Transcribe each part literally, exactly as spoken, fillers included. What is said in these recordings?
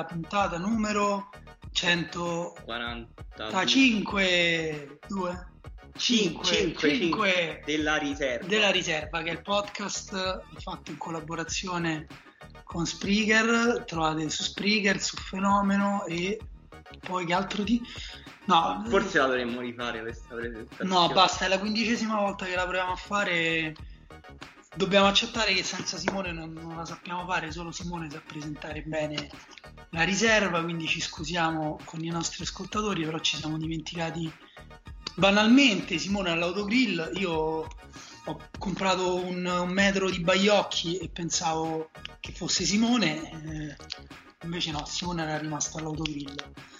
puntata numero centoquarantacinque due cinque, cinque della riserva. della riserva, che è il podcast fatto in collaborazione con Spreaker. Trovate su Spreaker, su Fenomeno, e poi che altro di... No, forse la dovremmo rifare questa presentazione. No, basta, è la quindicesima volta che la proviamo a fare. Dobbiamo accettare che senza Simone non, non la sappiamo fare, solo Simone sa presentare bene la riserva, quindi ci scusiamo con i nostri ascoltatori, però ci siamo dimenticati banalmente Simone all'autogrill. Io ho comprato un, un metro di baiocchi e pensavo che fosse Simone, eh, invece no, Simone era rimasto all'autogrill.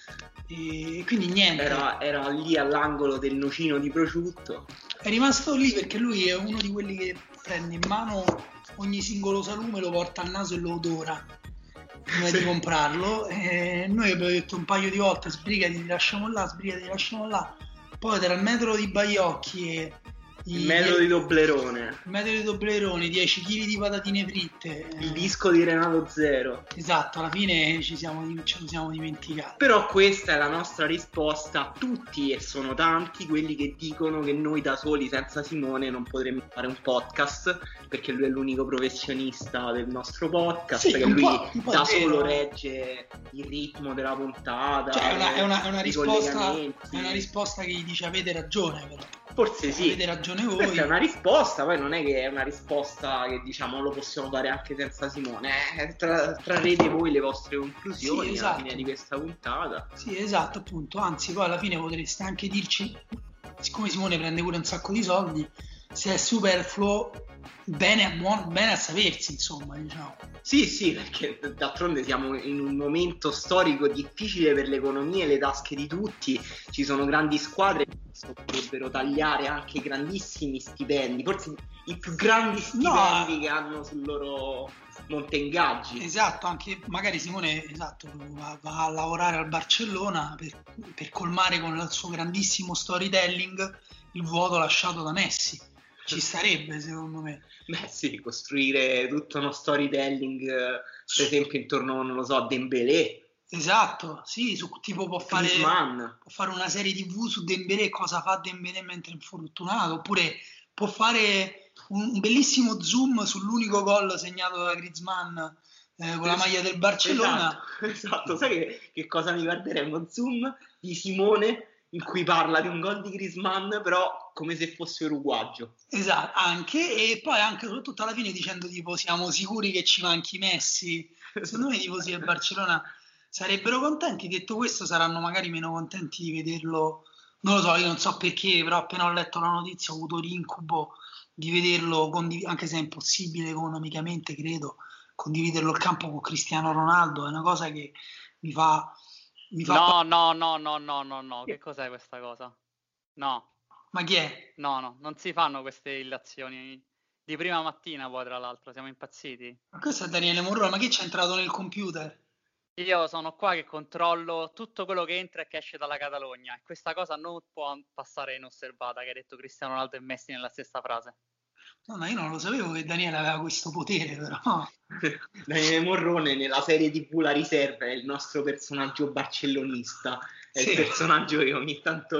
E quindi niente, era, era lì all'angolo del nocino di prosciutto, è rimasto lì perché lui è uno di quelli che prende in mano ogni singolo salume, lo porta al naso e lo odora prima sì. di comprarlo. E noi abbiamo detto un paio di volte: sbrigati, ti lasciamo là, sbrigati, ti lasciamo là. Poi tra il metro di baiocchi e il metro di Toblerone, il metro di Toblerone, dieci chili di patatine fritte, il disco di Renato Zero. Esatto, alla fine ci siamo, ce lo siamo dimenticati. Però questa è la nostra risposta a tutti, e sono tanti quelli che dicono che noi da soli, senza Simone, non potremmo fare un podcast, perché lui è l'unico professionista del nostro podcast, sì, che lui po', da solo regge il ritmo della puntata. Cioè, è una, è una, è una risposta, è una risposta che gli dice: avete ragione, però. Forse sì, avete ragione voi. Questa è una risposta, poi non è che è una risposta che diciamo lo possiamo fare anche senza Simone, eh, tra, trarrete voi le vostre conclusioni, sì, esatto, alla fine di questa puntata. Sì, esatto, appunto, anzi poi alla fine potreste anche dirci, siccome Simone prende pure un sacco di soldi, se è superfluo, bene a, buon, bene a sapersi, insomma, diciamo. Sì, sì, perché d'altronde siamo in un momento storico difficile per l'economia e le tasche di tutti, ci sono grandi squadre che potrebbero tagliare anche grandissimi stipendi, forse i più grandi stipendi no. che hanno sul loro monte ingaggi. Esatto, anche magari Simone esatto, va, va a lavorare al Barcellona per, per colmare con il suo grandissimo storytelling il vuoto lasciato da Messi. Ci starebbe, secondo me. Beh sì, costruire tutto uno storytelling, per esempio intorno, non lo so, a Dembélé. Esatto, sì, su, tipo può fare, può fare una serie tivù su Dembélé, cosa fa Dembélé mentre è infortunato, oppure può fare un, un bellissimo zoom sull'unico gol segnato da Griezmann eh, con la maglia del Barcellona. Esatto, esatto. Sai che, che cosa mi guarderei? Uno zoom di Simone in cui parla di un gol di Griezmann, però come se fosse uruguagio. Esatto, anche, e poi anche soprattutto alla fine dicendo tipo siamo sicuri che ci manchi Messi. Secondo me i tifosi del Barcellona sarebbero contenti. Detto questo, saranno magari meno contenti di vederlo, non lo so, io non so perché, però appena ho letto la notizia ho avuto l'incubo di vederlo, condiv- anche se è impossibile economicamente, credo, condividerlo il campo con Cristiano Ronaldo. È una cosa che mi fa... Mi fa no, no, no, no, no, no, no, che cos'è questa cosa? No. Ma chi è? No, no, non si fanno queste illazioni di prima mattina, poi tra l'altro, siamo impazziti. Ma questo è Daniele Morrone, ma chi c'è entrato nel computer? Io sono qua che controllo tutto quello che entra e che esce dalla Catalogna, e questa cosa non può passare inosservata, che ha detto Cristiano Ronaldo e Messi nella stessa frase. No, no, io non lo sapevo che Daniele aveva questo potere, però. Daniele Morrone nella serie tivù La Riserva è il nostro personaggio barcellonista, è sì. il personaggio che ogni tanto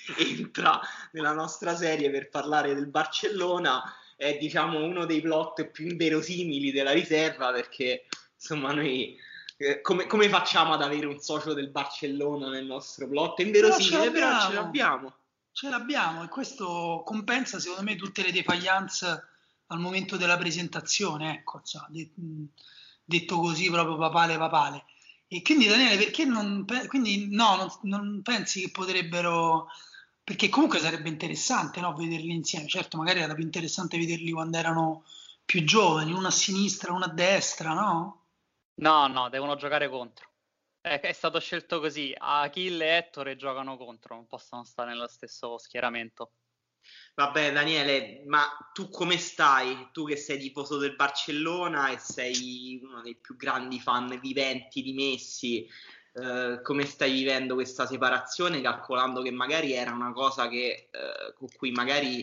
entra nella nostra serie per parlare del Barcellona, è diciamo uno dei plot più inverosimili della Riserva, perché insomma noi eh, come, come facciamo ad avere un socio del Barcellona nel nostro plot? È inverosimile, però, però ce l'abbiamo. Ce l'abbiamo, e questo compensa secondo me tutte le defaillance al momento della presentazione, ecco, cioè, de- detto così proprio papale papale. E quindi Daniele, perché non, pe- quindi, no, non, non pensi che potrebbero, perché comunque sarebbe interessante, no, vederli insieme. Certo, magari era più interessante vederli quando erano più giovani, uno a sinistra, uno a destra, no? No, no, devono giocare contro. È stato scelto così, Achille e Ettore giocano contro, non possono stare nello stesso schieramento. Vabbè Daniele, ma tu come stai? Tu che sei tifoso del Barcellona e sei uno dei più grandi fan viventi di Messi, eh, come stai vivendo questa separazione, calcolando che magari era una cosa che, eh, con cui magari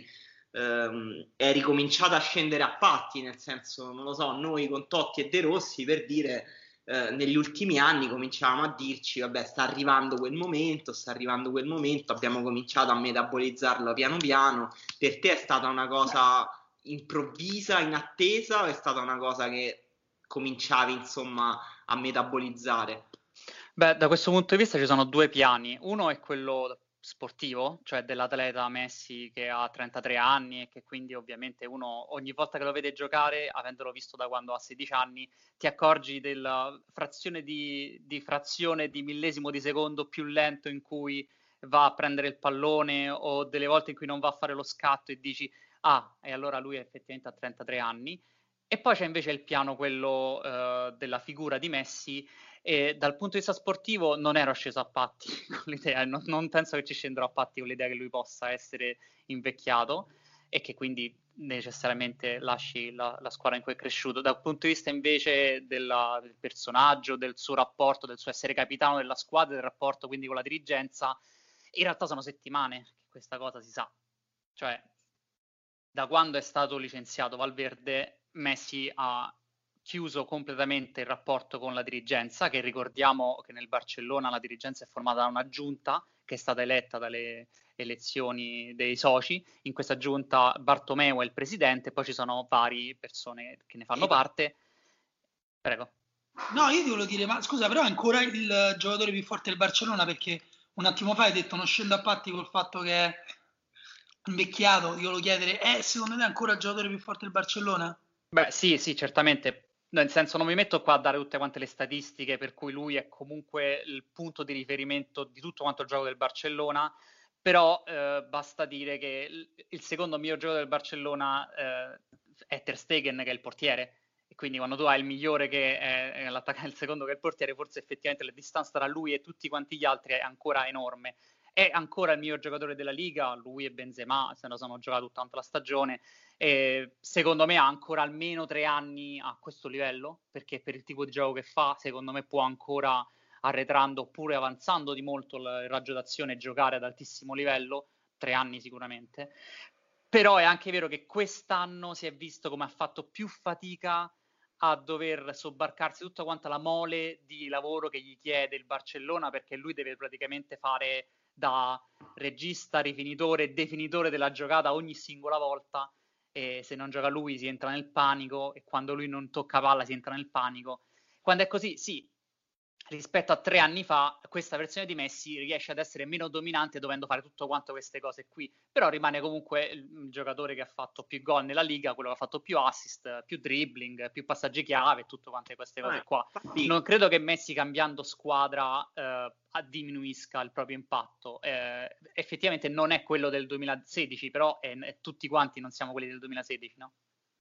ehm, è ricominciata a scendere a patti, nel senso, non lo so, noi con Totti e De Rossi, per dire... eh, negli ultimi anni cominciavamo a dirci vabbè, sta arrivando quel momento, sta arrivando quel momento, abbiamo cominciato a metabolizzarlo piano piano. Per te è stata una cosa improvvisa, in attesa, o è stata una cosa che cominciavi insomma a metabolizzare? Beh, da questo punto di vista ci sono due piani. Uno è quello sportivo, cioè dell'atleta Messi che ha trentatré anni e che quindi ovviamente uno ogni volta che lo vede giocare, avendolo visto da quando ha sedici anni, ti accorgi della frazione di, di frazione di millesimo di secondo più lento in cui va a prendere il pallone, o delle volte in cui non va a fare lo scatto e dici ah, e allora lui effettivamente ha trentatré anni. E poi c'è invece il piano quello eh, della figura di Messi, e dal punto di vista sportivo non ero sceso a patti con l'idea, non, non penso che ci scenderò a patti con l'idea che lui possa essere invecchiato e che quindi necessariamente lasci la, la squadra in cui è cresciuto. Dal punto di vista invece della, del personaggio, del suo rapporto, del suo essere capitano della squadra, del rapporto quindi con la dirigenza, in realtà sono settimane che questa cosa si sa. Cioè, da quando è stato licenziato Valverde, Messi ha chiuso completamente il rapporto con la dirigenza, che ricordiamo che nel Barcellona la dirigenza è formata da una giunta che è stata eletta dalle elezioni dei soci. In questa giunta Bartomeu è il presidente, poi ci sono varie persone che ne fanno parte. Prego. No, io ti volevo dire, ma scusa, però è ancora il giocatore più forte del Barcellona, perché un attimo fa hai detto non scendo a patti col fatto che è invecchiato. Io volevo chiedere, è secondo te ancora il giocatore più forte del Barcellona? Beh, sì, sì, certamente. Nel senso, non mi metto qua a dare tutte quante le statistiche per cui lui è comunque il punto di riferimento di tutto quanto il gioco del Barcellona, però eh, basta dire che il, il secondo miglior giocatore del Barcellona eh, è Ter Stegen, che è il portiere. E quindi quando tu hai il migliore che è, è l'attaccante, il secondo che è il portiere, forse effettivamente la distanza tra lui e tutti quanti gli altri è ancora enorme. È ancora il miglior giocatore della Liga, lui e Benzema, se no sono giocati tutta quanta la stagione. E secondo me ha ancora almeno tre anni a questo livello, perché per il tipo di gioco che fa, secondo me può ancora, arretrando oppure avanzando di molto il raggio d'azione, giocare ad altissimo livello, tre anni sicuramente. Però è anche vero che quest'anno si è visto come ha fatto più fatica a dover sobbarcarsi tutta quanta la mole di lavoro che gli chiede il Barcellona, perché lui deve praticamente fare da regista, rifinitore, definitore della giocata ogni singola volta, e se non gioca lui si entra nel panico, e quando lui non tocca palla si entra nel panico. Quando è così, sì, rispetto a tre anni fa, questa versione di Messi riesce ad essere meno dominante dovendo fare tutto quanto queste cose qui, però rimane comunque il, il giocatore che ha fatto più gol nella Liga, quello che ha fatto più assist, più dribbling, più passaggi chiave, tutte quante queste cose Eh, qua. infatti, Non credo che Messi cambiando squadra eh, diminuisca il proprio impatto. Eh, effettivamente non è quello del duemilasedici, però è, è, tutti quanti non siamo quelli del duemilasedici, no?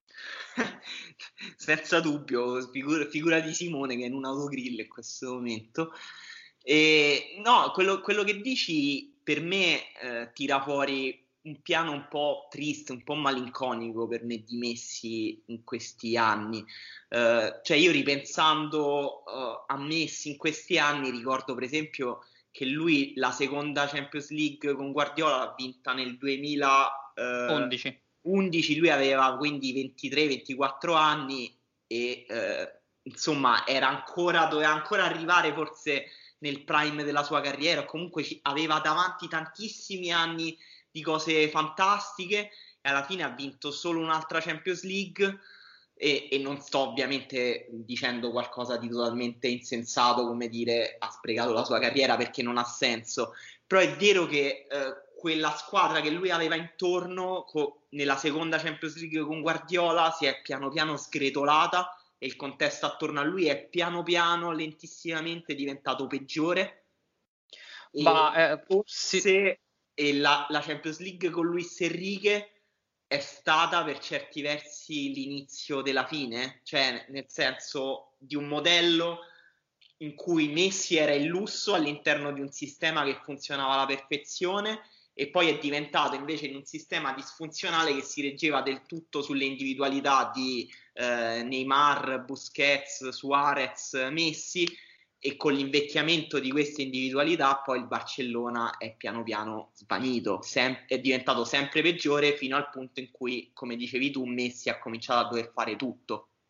senza dubbio, figura, figura di Simone che è in un autogrill in questo momento. E, no, quello, quello che dici per me eh, tira fuori un piano un po' triste, un po' malinconico per me di Messi in questi anni. Uh, cioè io ripensando uh, a Messi in questi anni ricordo per esempio che lui la seconda Champions League con Guardiola l'ha vinta nel duemilaundici. undici, lui aveva quindi ventitré ventiquattro anni e uh, insomma era ancora, doveva ancora arrivare forse nel prime della sua carriera, comunque ci, aveva davanti tantissimi anni di cose fantastiche e alla fine ha vinto solo un'altra Champions League e, e non sto ovviamente dicendo qualcosa di totalmente insensato come dire ha sprecato la sua carriera, perché non ha senso, però è vero che eh, quella squadra che lui aveva intorno co- nella seconda Champions League con Guardiola si è piano piano sgretolata e il contesto attorno a lui è piano piano, lentissimamente diventato peggiore. Ma E eh, forse sì. e la, la Champions League con Luis Enrique è stata per certi versi l'inizio della fine, cioè nel senso di un modello in cui Messi era il lusso all'interno di un sistema che funzionava alla perfezione e poi è diventato invece in un sistema disfunzionale che si reggeva del tutto sulle individualità di eh, Neymar, Busquets, Suarez, Messi, e con l'invecchiamento di queste individualità poi il Barcellona è piano piano svanito, sem- è diventato sempre peggiore fino al punto in cui, come dicevi tu, Messi ha cominciato a dover fare tutto.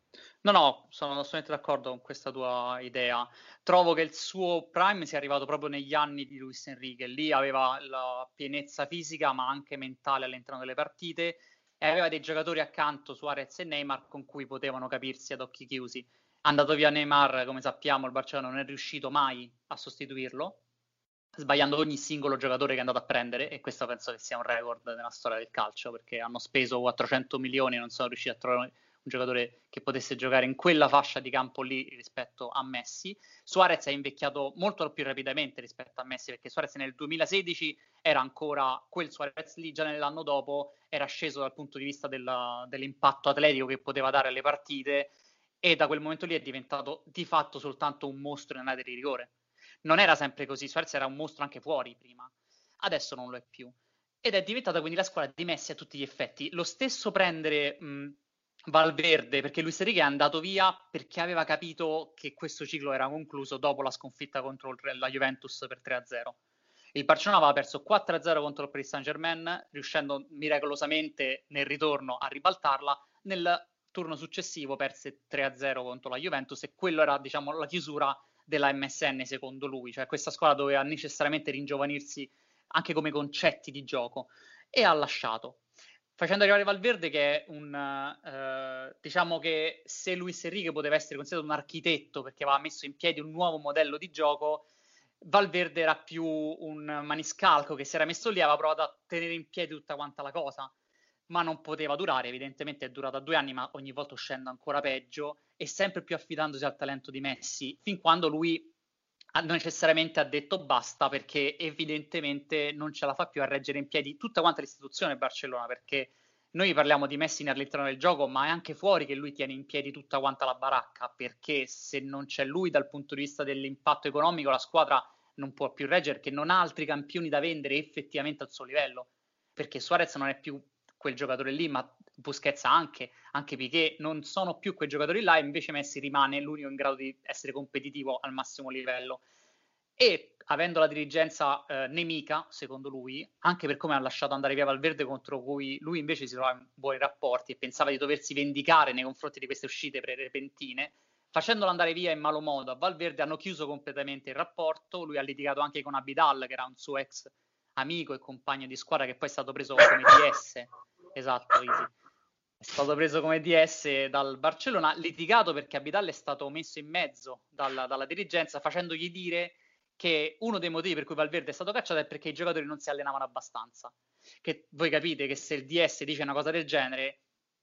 No, no, sono assolutamente d'accordo con questa tua idea. Trovo che il suo prime sia arrivato proprio negli anni di Luis Enrique. Lì aveva la pienezza fisica, ma anche mentale all'interno delle partite, e aveva dei giocatori accanto, Suarez e Neymar, con cui potevano capirsi ad occhi chiusi. Andato via Neymar, come sappiamo, il Barcellona non è riuscito mai a sostituirlo, sbagliando ogni singolo giocatore che è andato a prendere, e questo penso che sia un record nella storia del calcio, perché hanno speso quattrocento milioni e non sono riusciti a trovare un giocatore che potesse giocare in quella fascia di campo lì rispetto a Messi. Suarez è invecchiato molto più rapidamente rispetto a Messi, perché Suarez nel duemilasedici era ancora quel Suarez lì, già nell'anno dopo era sceso dal punto di vista della, dell'impatto atletico che poteva dare alle partite, e da quel momento lì è diventato di fatto soltanto un mostro in area di rigore. Non era sempre così, Suarez era un mostro anche fuori prima, adesso non lo è più. Ed è diventata quindi la squadra di Messi a tutti gli effetti. Lo stesso prendere mh, Valverde, perché Luis Enrique è andato via perché aveva capito che questo ciclo era concluso dopo la sconfitta contro la Juventus per tre a zero. Il Barcellona aveva perso quattro a zero contro il Paris Saint-Germain, riuscendo miracolosamente nel ritorno a ribaltarla. Nel turno successivo perse tre a zero contro la Juventus, e quello era, diciamo, la chiusura della M S N secondo lui, cioè questa squadra doveva necessariamente ringiovanirsi anche come concetti di gioco, e ha lasciato, facendo arrivare Valverde, che è un eh, diciamo che se Luis Enrique poteva essere considerato un architetto perché aveva messo in piedi un nuovo modello di gioco, Valverde era più un maniscalco che si era messo lì, aveva provato a tenere in piedi tutta quanta la cosa, ma non poteva durare. Evidentemente è durata due anni, ma ogni volta uscendo ancora peggio e sempre più affidandosi al talento di Messi, fin quando lui non necessariamente ha detto basta, perché evidentemente non ce la fa più a reggere in piedi tutta quanta l'istituzione Barcellona, perché noi parliamo di Messi all'interno del gioco, ma è anche fuori che lui tiene in piedi tutta quanta la baracca, perché se non c'è lui dal punto di vista dell'impatto economico, la squadra non può più reggere, che non ha altri campioni da vendere effettivamente al suo livello, perché Suarez non è più quel giocatore lì, ma Busquets anche, anche Piqué non sono più quei giocatori là, e invece Messi rimane l'unico in grado di essere competitivo al massimo livello. E avendo la dirigenza eh, nemica, secondo lui, anche per come ha lasciato andare via Valverde, contro cui lui invece si trova in buoni rapporti e pensava di doversi vendicare nei confronti di queste uscite repentine, facendolo andare via in malo modo a Valverde, hanno chiuso completamente il rapporto. Lui ha litigato anche con Abidal, che era un suo ex amico e compagno di squadra, che poi è stato preso come D S. Esatto, Easy. È stato preso come D S dal Barcellona, litigato perché Abidal è stato messo in mezzo dalla, dalla dirigenza, facendogli dire che uno dei motivi per cui Valverde è stato cacciato è perché i giocatori non si allenavano abbastanza. Che voi capite che se il D S dice una cosa del genere,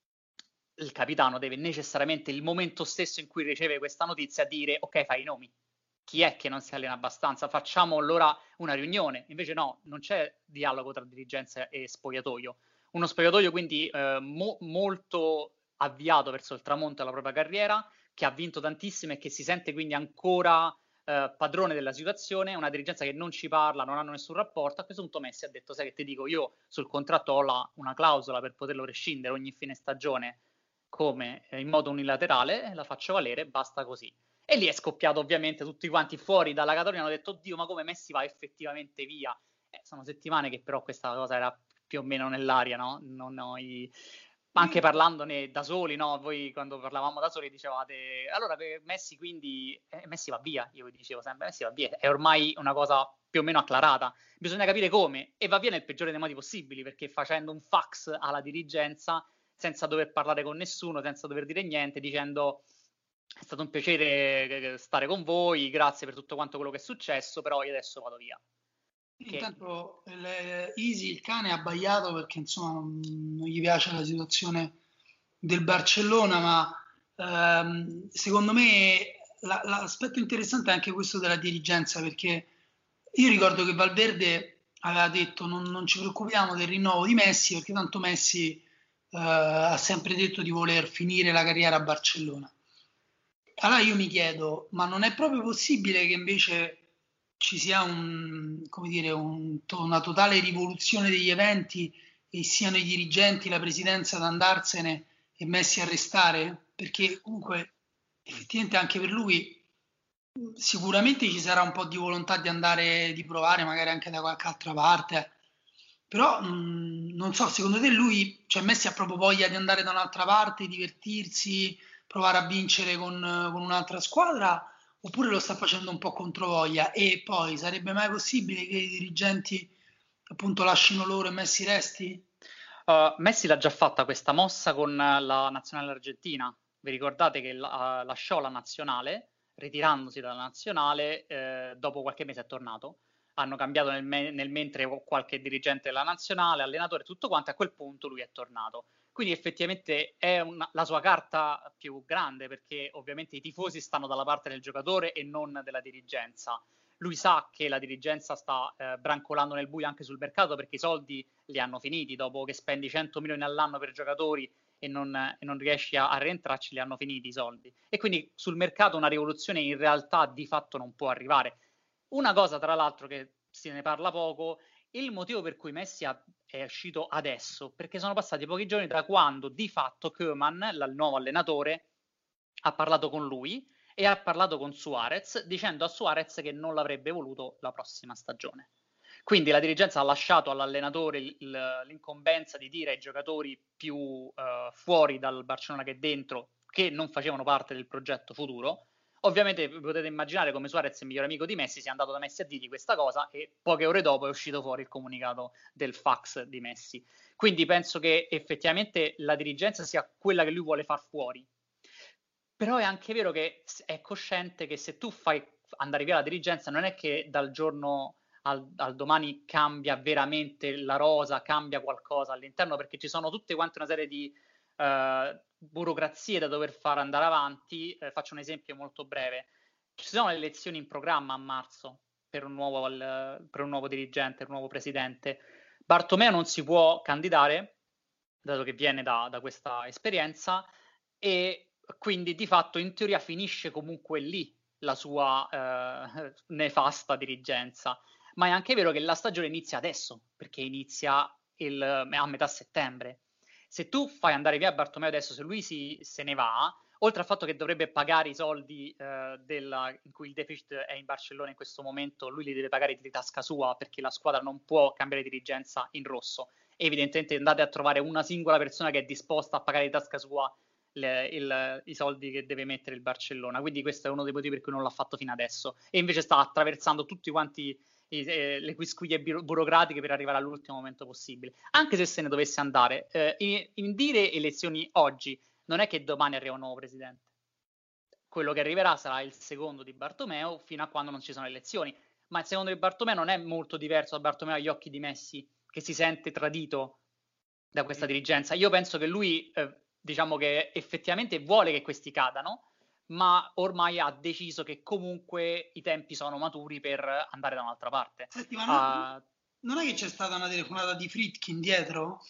il capitano deve necessariamente, il momento stesso in cui riceve questa notizia, dire ok, fai i nomi. Chi è che non si allena abbastanza? Facciamo allora una riunione. Invece no, non c'è dialogo tra dirigenza e spogliatoio. Uno spogliatoio quindi eh, mo- molto avviato verso il tramonto della propria carriera, che ha vinto tantissimo e che si sente quindi ancora eh, padrone della situazione. Una dirigenza che non ci parla, non hanno nessun rapporto. A questo punto Messi ha detto: sai che ti dico, io sul contratto ho la, una clausola per poterlo rescindere ogni fine stagione come eh, in modo unilaterale, la faccio valere, basta così. E lì è scoppiato ovviamente, tutti quanti fuori dalla Catalogna hanno detto: oddio, ma come Messi va effettivamente via? Eh, sono settimane che però questa cosa era più o meno nell'aria, no? Non noi... Anche parlandone da soli, no? Voi quando parlavamo da soli dicevate: allora per Messi quindi eh, Messi va via. Io vi dicevo sempre: Messi va via, è ormai una cosa più o meno acclarata, bisogna capire come, e va via nel peggiore dei modi possibili, perché facendo un fax alla dirigenza senza dover parlare con nessuno, senza dover dire niente, dicendo: è stato un piacere stare con voi, grazie per tutto quanto quello che è successo, però io adesso vado via. Che... Intanto il, Easy, il cane, ha abbaiato perché insomma non, non gli piace la situazione del Barcellona, ma ehm, secondo me la, l'aspetto interessante è anche questo della dirigenza, perché io ricordo che Valverde aveva detto: non, non ci preoccupiamo del rinnovo di Messi, perché tanto Messi eh, ha sempre detto di voler finire la carriera a Barcellona. Allora io mi chiedo, ma non è proprio possibile che invece ci sia un, come dire, un, una totale rivoluzione degli eventi e siano i dirigenti, la presidenza ad andarsene e Messi a restare? Perché comunque effettivamente anche per lui sicuramente ci sarà un po' di volontà di andare, di provare magari anche da qualche altra parte, però mh, non so, secondo te lui, cioè Messi ha proprio voglia di andare da un'altra parte, divertirsi, provare a vincere con, con un'altra squadra, oppure lo sta facendo un po' controvoglia? E poi sarebbe mai possibile che i dirigenti appunto lasciano loro e Messi resti? Uh, Messi l'ha già fatta questa mossa con la nazionale argentina. Vi ricordate che la- lasciò la nazionale, ritirandosi dalla nazionale, eh, dopo qualche mese è tornato. Hanno cambiato nel, me- nel mentre qualche dirigente della nazionale, allenatore, tutto quanto, a quel punto lui è tornato. Quindi effettivamente è una- la sua carta più grande, perché ovviamente i tifosi stanno dalla parte del giocatore e non della dirigenza. Lui sa che la dirigenza sta eh, brancolando nel buio anche sul mercato, perché i soldi li hanno finiti dopo che spendi cento milioni all'anno per giocatori e non, e non riesci a, a rientrarci, li hanno finiti i soldi. E quindi sul mercato una rivoluzione in realtà di fatto non può arrivare. Una cosa, tra l'altro, che se ne parla poco, il motivo per cui Messi ha, è uscito adesso, perché sono passati pochi giorni da quando di fatto Koeman, il nuovo allenatore, ha parlato con lui e ha parlato con Suarez, dicendo a Suarez che non l'avrebbe voluto la prossima stagione. Quindi la dirigenza ha lasciato all'allenatore il, il, l'incombenza di dire ai giocatori più uh, fuori dal Barcellona che dentro, che non facevano parte del progetto futuro. Ovviamente potete immaginare come Suarez, il migliore amico di Messi, sia andato da Messi a dirgli questa cosa e poche ore dopo è uscito fuori il comunicato del fax di Messi. Quindi penso che effettivamente la dirigenza sia quella che lui vuole far fuori. Però è anche vero che è cosciente che se tu fai andare via la dirigenza non è che dal giorno al, al domani cambia veramente la rosa, cambia qualcosa all'interno, perché ci sono tutte quante una serie di uh, burocrazie da dover far andare avanti. Eh, faccio un esempio molto breve. Ci sono le elezioni in programma a marzo per un nuovo, per un nuovo dirigente, per un nuovo presidente. Bartomeu non si può candidare, dato che viene da, da questa esperienza, e quindi di fatto in teoria finisce comunque lì la sua eh, nefasta dirigenza. Ma è anche vero che la stagione inizia adesso, perché inizia il, a metà settembre. Se tu fai andare via Bartomeu adesso, se lui si, se ne va, oltre al fatto che dovrebbe pagare i soldi eh, della, in cui il deficit è in Barcellona in questo momento, lui li deve pagare di tasca sua, perché la squadra non può cambiare dirigenza in rosso. Evidentemente andate a trovare una singola persona che è disposta a pagare di tasca sua le, il, i soldi che deve mettere il Barcellona. Quindi questo è uno dei motivi per cui non l'ha fatto fino adesso. E invece sta attraversando tutti quanti i, eh, le quisquiglie burocratiche per arrivare all'ultimo momento possibile. Anche se se ne dovesse andare, eh, in, in dire elezioni oggi non è che domani arriva un nuovo presidente. Quello che arriverà sarà il secondo di Bartomeu fino a quando non ci sono elezioni. Ma il secondo di Bartomeu non è molto diverso da Bartomeu agli occhi di Messi, che si sente tradito da questa dirigenza. Io penso che lui, eh, diciamo che effettivamente vuole che questi cadano, ma ormai ha deciso che comunque i tempi sono maturi per andare da un'altra parte. Senti, ma non, uh, non è che c'è stata una telefonata di Friedkin dietro?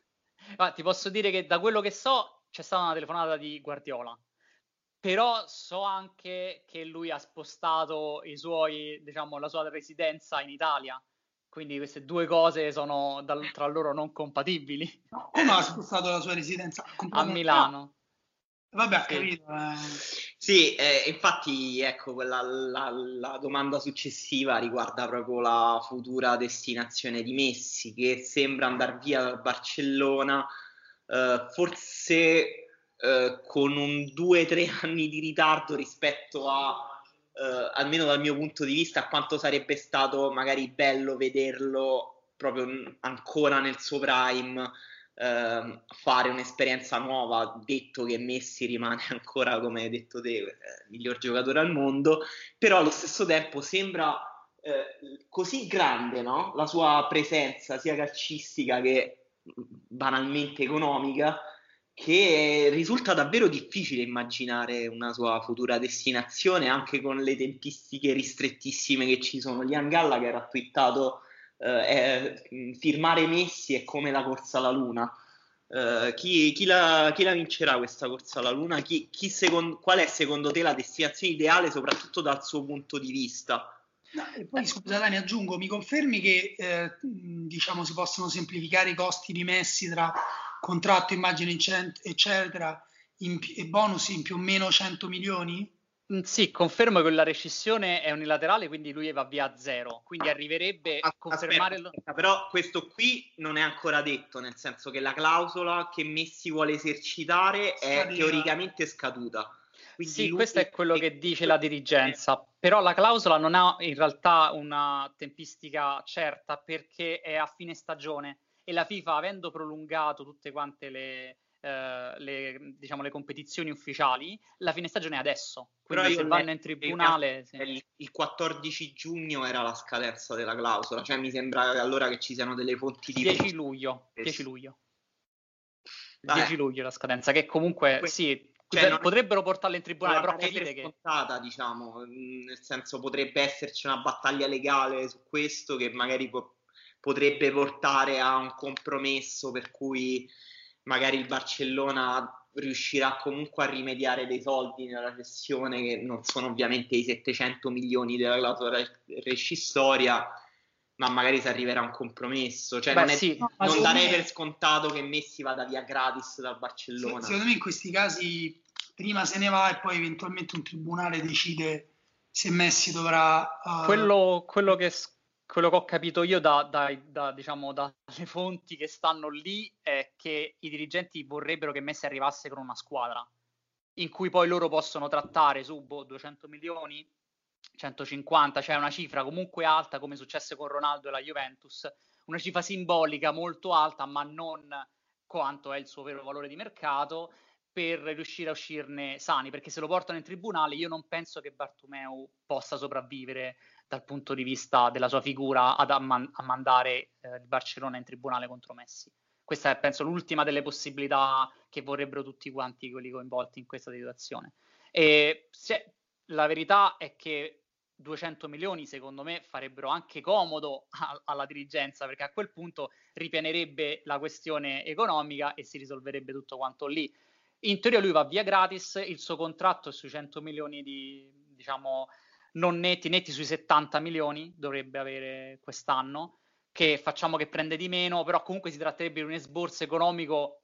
Ma ti posso dire che da quello che so c'è stata una telefonata di Guardiola, però so anche che lui ha spostato i suoi, diciamo, la sua residenza in Italia, quindi queste due cose sono dal, tra loro non compatibili. No, come ha spostato la sua residenza? A Milano. Vabbè, ha sì. capito. Eh. Sì, eh, infatti, ecco, quella, la, la domanda successiva riguarda proprio la futura destinazione di Messi, che sembra andare via dal Barcellona, eh, forse eh, con un due tre anni di ritardo rispetto a, eh, almeno dal mio punto di vista, a quanto sarebbe stato magari bello vederlo proprio ancora nel suo prime, Uh, fare un'esperienza nuova, detto che Messi rimane ancora, come hai detto te, eh, miglior giocatore al mondo, però allo stesso tempo sembra eh, così grande, no? La sua presenza sia calcistica che banalmente economica, che risulta davvero difficile immaginare una sua futura destinazione, anche con le tempistiche ristrettissime che ci sono. Liam Gallagher ha twittato Eh, firmare Messi è come la corsa alla luna. Eh, chi, chi, la, chi la vincerà questa corsa alla luna? Chi, chi secondo, qual è secondo te la destinazione ideale, soprattutto dal suo punto di vista? No, e poi scusa Dani, aggiungo, mi confermi che eh, diciamo si possono semplificare i costi di Messi tra contratto, immagine eccetera in, e bonus in più o meno cento milioni? Sì, confermo che la rescissione è unilaterale, quindi lui va via a zero, quindi arriverebbe a confermare... Aspetta, aspetta, però questo qui non è ancora detto, nel senso che la clausola che Messi vuole esercitare è Scadeva. teoricamente scaduta. Quindi Sì, lui... questo è quello che dice la dirigenza, però la clausola non ha in realtà una tempistica certa perché è a fine stagione e la FIFA, avendo prolungato tutte quante le, eh, le, diciamo, le competizioni ufficiali, la fine stagione è adesso, Però quindi io se ho vanno letto in che tribunale... sì. il, il quattordici giugno era la scadenza della clausola, cioè mi sembra allora che ci siano delle fonti di... dieci luglio, dieci luglio. Vabbè. dieci luglio la scadenza, che comunque sì, cioè, non potrebbero portarla in tribunale, non la però darei capite per che... scontata, diciamo, nel senso potrebbe esserci una battaglia legale su questo che magari po- potrebbe portare a un compromesso per cui magari il Barcellona riuscirà comunque a rimediare dei soldi nella cessione, che non sono ovviamente i settecento milioni della clausola rescissoria, ma magari si arriverà a un compromesso. Cioè, Beh, non, è, sì. No, non darei me, per scontato che Messi vada via gratis dal Barcellona. Secondo me in questi casi prima se ne va e poi eventualmente un tribunale decide se Messi dovrà... Uh... Quello, quello, che, quello che ho capito io da, da, da, diciamo, dalle fonti che stanno lì è che i dirigenti vorrebbero che Messi arrivasse con una squadra in cui poi loro possono trattare su boh, duecento milioni, centocinquanta, cioè una cifra comunque alta come successe con Ronaldo e la Juventus, una cifra simbolica molto alta ma non quanto è il suo vero valore di mercato, per riuscire a uscirne sani, perché se lo portano in tribunale io non penso che Bartomeu possa sopravvivere dal punto di vista della sua figura ad amman- a mandare eh, il Barcellona in tribunale contro Messi. Questa è, penso, l'ultima delle possibilità che vorrebbero tutti quanti quelli coinvolti in questa situazione. E se, la verità è che duecento milioni secondo me farebbero anche comodo a, alla dirigenza, perché a quel punto ripianerebbe la questione economica e si risolverebbe tutto quanto lì. In teoria lui va via gratis, il suo contratto è sui cento milioni di, diciamo, non netti, netti sui settanta milioni dovrebbe avere quest'anno, che facciamo che prende di meno, però comunque si tratterebbe di un esborso economico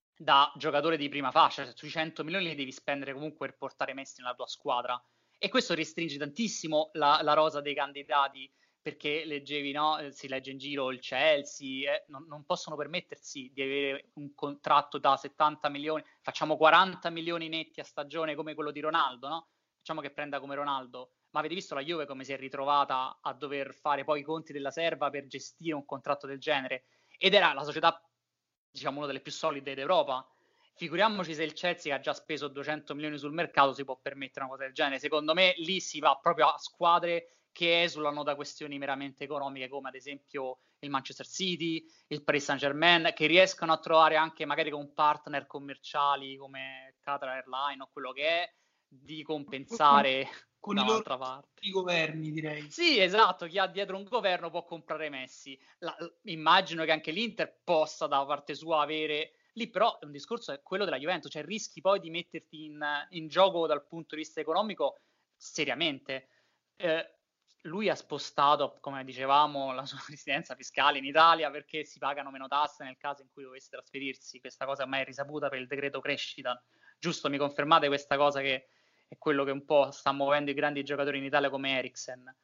da giocatore di prima fascia, cioè sui cento milioni li devi spendere comunque per portare Messi nella tua squadra, e questo restringe tantissimo la, la rosa dei candidati, perché leggevi, no? Si legge in giro il Chelsea, eh, non, non possono permettersi di avere un contratto da settanta milioni, facciamo quaranta milioni netti a stagione come quello di Ronaldo, no? Facciamo che prenda come Ronaldo, ma avete visto la Juve come si è ritrovata a dover fare poi i conti della serva per gestire un contratto del genere? Ed era la società, diciamo, una delle più solide d'Europa. Figuriamoci se il Chelsea, che ha già speso duecento milioni sul mercato, si può permettere una cosa del genere. Secondo me lì si va proprio a squadre che esulano da questioni meramente economiche, come ad esempio il Manchester City, il Paris Saint-Germain, che riescono a trovare anche magari con partner commerciali come Qatar Airlines o quello che è, di compensare con da i loro un'altra parte. I governi, direi. Sì, esatto, chi ha dietro un governo può comprare Messi. La, immagino che anche l'Inter possa da parte sua avere... Lì però è un discorso, è quello della Juventus, cioè rischi poi di metterti in, in gioco dal punto di vista economico seriamente. Eh, lui ha spostato, come dicevamo, la sua residenza fiscale in Italia perché si pagano meno tasse nel caso in cui dovesse trasferirsi. Questa cosa ormai è risaputa per il decreto crescita. Giusto, mi confermate questa cosa, che è quello che un po' sta muovendo i grandi giocatori in Italia come Eriksen?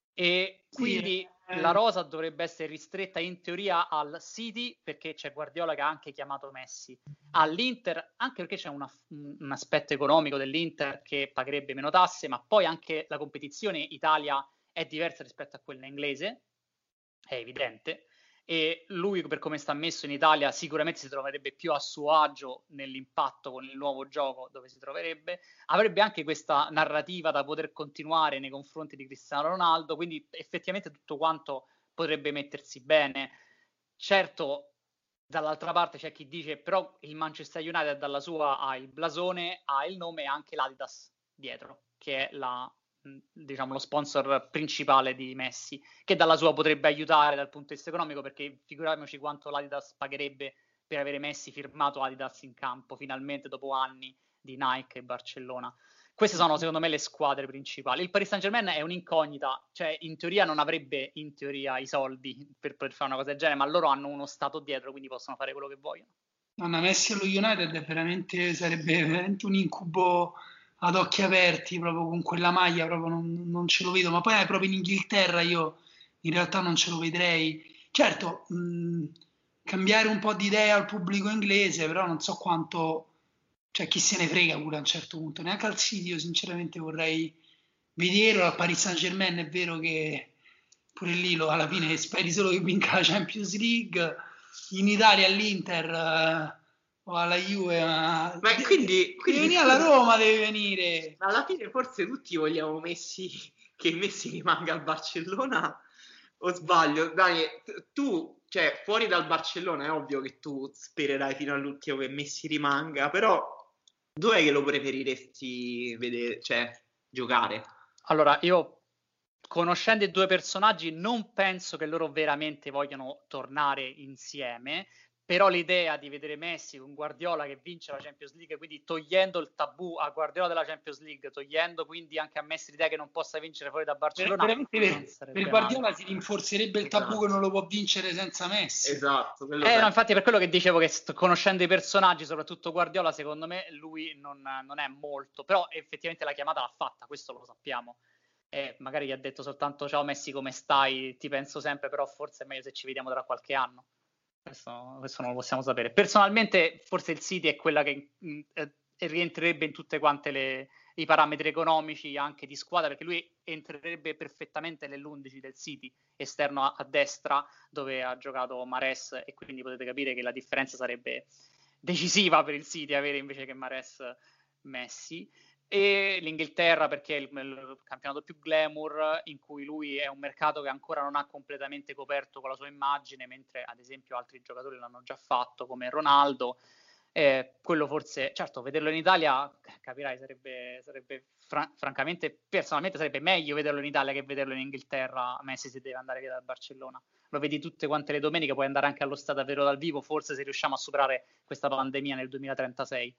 E quindi sì, eh, la rosa dovrebbe essere ristretta in teoria al City, perché c'è Guardiola che ha anche chiamato Messi, all'Inter anche perché c'è una, un aspetto economico dell'Inter che pagherebbe meno tasse, ma poi anche la competizione Italia è diversa rispetto a quella inglese, è evidente, e lui, per come sta messo in Italia, sicuramente si troverebbe più a suo agio nell'impatto con il nuovo gioco dove si troverebbe, avrebbe anche questa narrativa da poter continuare nei confronti di Cristiano Ronaldo, quindi effettivamente tutto quanto potrebbe mettersi bene. Certo, dall'altra parte c'è chi dice però il Manchester United dalla sua ha il blasone, ha il nome e anche l'Adidas dietro, che è la, diciamo, lo sponsor principale di Messi, che dalla sua potrebbe aiutare dal punto di vista economico, perché figuriamoci quanto l'Adidas pagherebbe per avere Messi firmato Adidas in campo finalmente dopo anni di Nike e Barcellona. Queste sono secondo me le squadre principali. Il Paris Saint-Germain è un'incognita, cioè in teoria non avrebbe in teoria i soldi per poter fare una cosa del genere, ma loro hanno uno stato dietro, quindi possono fare quello che vogliono. Nonna Messi allo United è veramente, sarebbe veramente un incubo ad occhi aperti, proprio con quella maglia, proprio non, non ce lo vedo, ma poi eh, proprio in Inghilterra io in realtà non ce lo vedrei. Certo, mh, cambiare un po' di idea al pubblico inglese, però non so quanto, cioè chi se ne frega pure a un certo punto, neanche al City io sinceramente vorrei vederlo, al Paris Saint-Germain è vero che pure lì lo, alla fine speri solo che vinca la Champions League, in Italia all'Inter eh, o alla Juve, ma Ma de- quindi, deve quindi venire alla scusa, Roma, deve venire. alla fine forse tutti vogliamo Messi, che Messi rimanga al Barcellona, o sbaglio? Dai, t- tu, cioè, fuori dal Barcellona è ovvio che tu spererai fino all'ultimo che Messi rimanga, però dov'è che lo preferiresti vedere, cioè, giocare? Allora, io conoscendo i due personaggi non penso che loro veramente vogliano tornare insieme, però l'idea di vedere Messi con Guardiola che vince la Champions League, quindi togliendo il tabù a Guardiola della Champions League, togliendo quindi anche a Messi l'idea che non possa vincere fuori da Ver- Barcellona, veramente non per, per sarebbe male. Guardiola si rinforzerebbe il tabù che Esatto, non lo può vincere senza Messi. esatto, quello Eh, no, sarebbe. infatti per quello che dicevo che st- conoscendo i personaggi, soprattutto Guardiola, secondo me lui non, non è molto, però effettivamente la chiamata l'ha fatta, questo lo sappiamo. E magari gli ha detto soltanto ciao Messi, come stai? Ti penso sempre, però forse è meglio se ci vediamo tra qualche anno. Questo, questo non lo possiamo sapere. Personalmente, forse il City è quella che mh, eh, rientrerebbe in tutte quante le, i parametri economici anche di squadra, perché lui entrerebbe perfettamente nell'undici del City, esterno a, a destra, dove ha giocato Mahrez, e quindi potete capire che la differenza sarebbe decisiva per il City avere invece che Mahrez Messi. E l'Inghilterra perché è il, il campionato più glamour, in cui lui è un mercato che ancora non ha completamente coperto con la sua immagine, mentre ad esempio altri giocatori l'hanno già fatto come Ronaldo. Eh, quello forse, certo, vederlo in Italia, capirai, sarebbe, sarebbe fra- francamente, personalmente sarebbe meglio vederlo in Italia che vederlo in Inghilterra. Messi se deve andare via dal Barcellona, lo vedi tutte quante le domeniche, puoi andare anche allo stadio a vederlo dal vivo, forse se riusciamo a superare questa pandemia nel duemilatrentasei.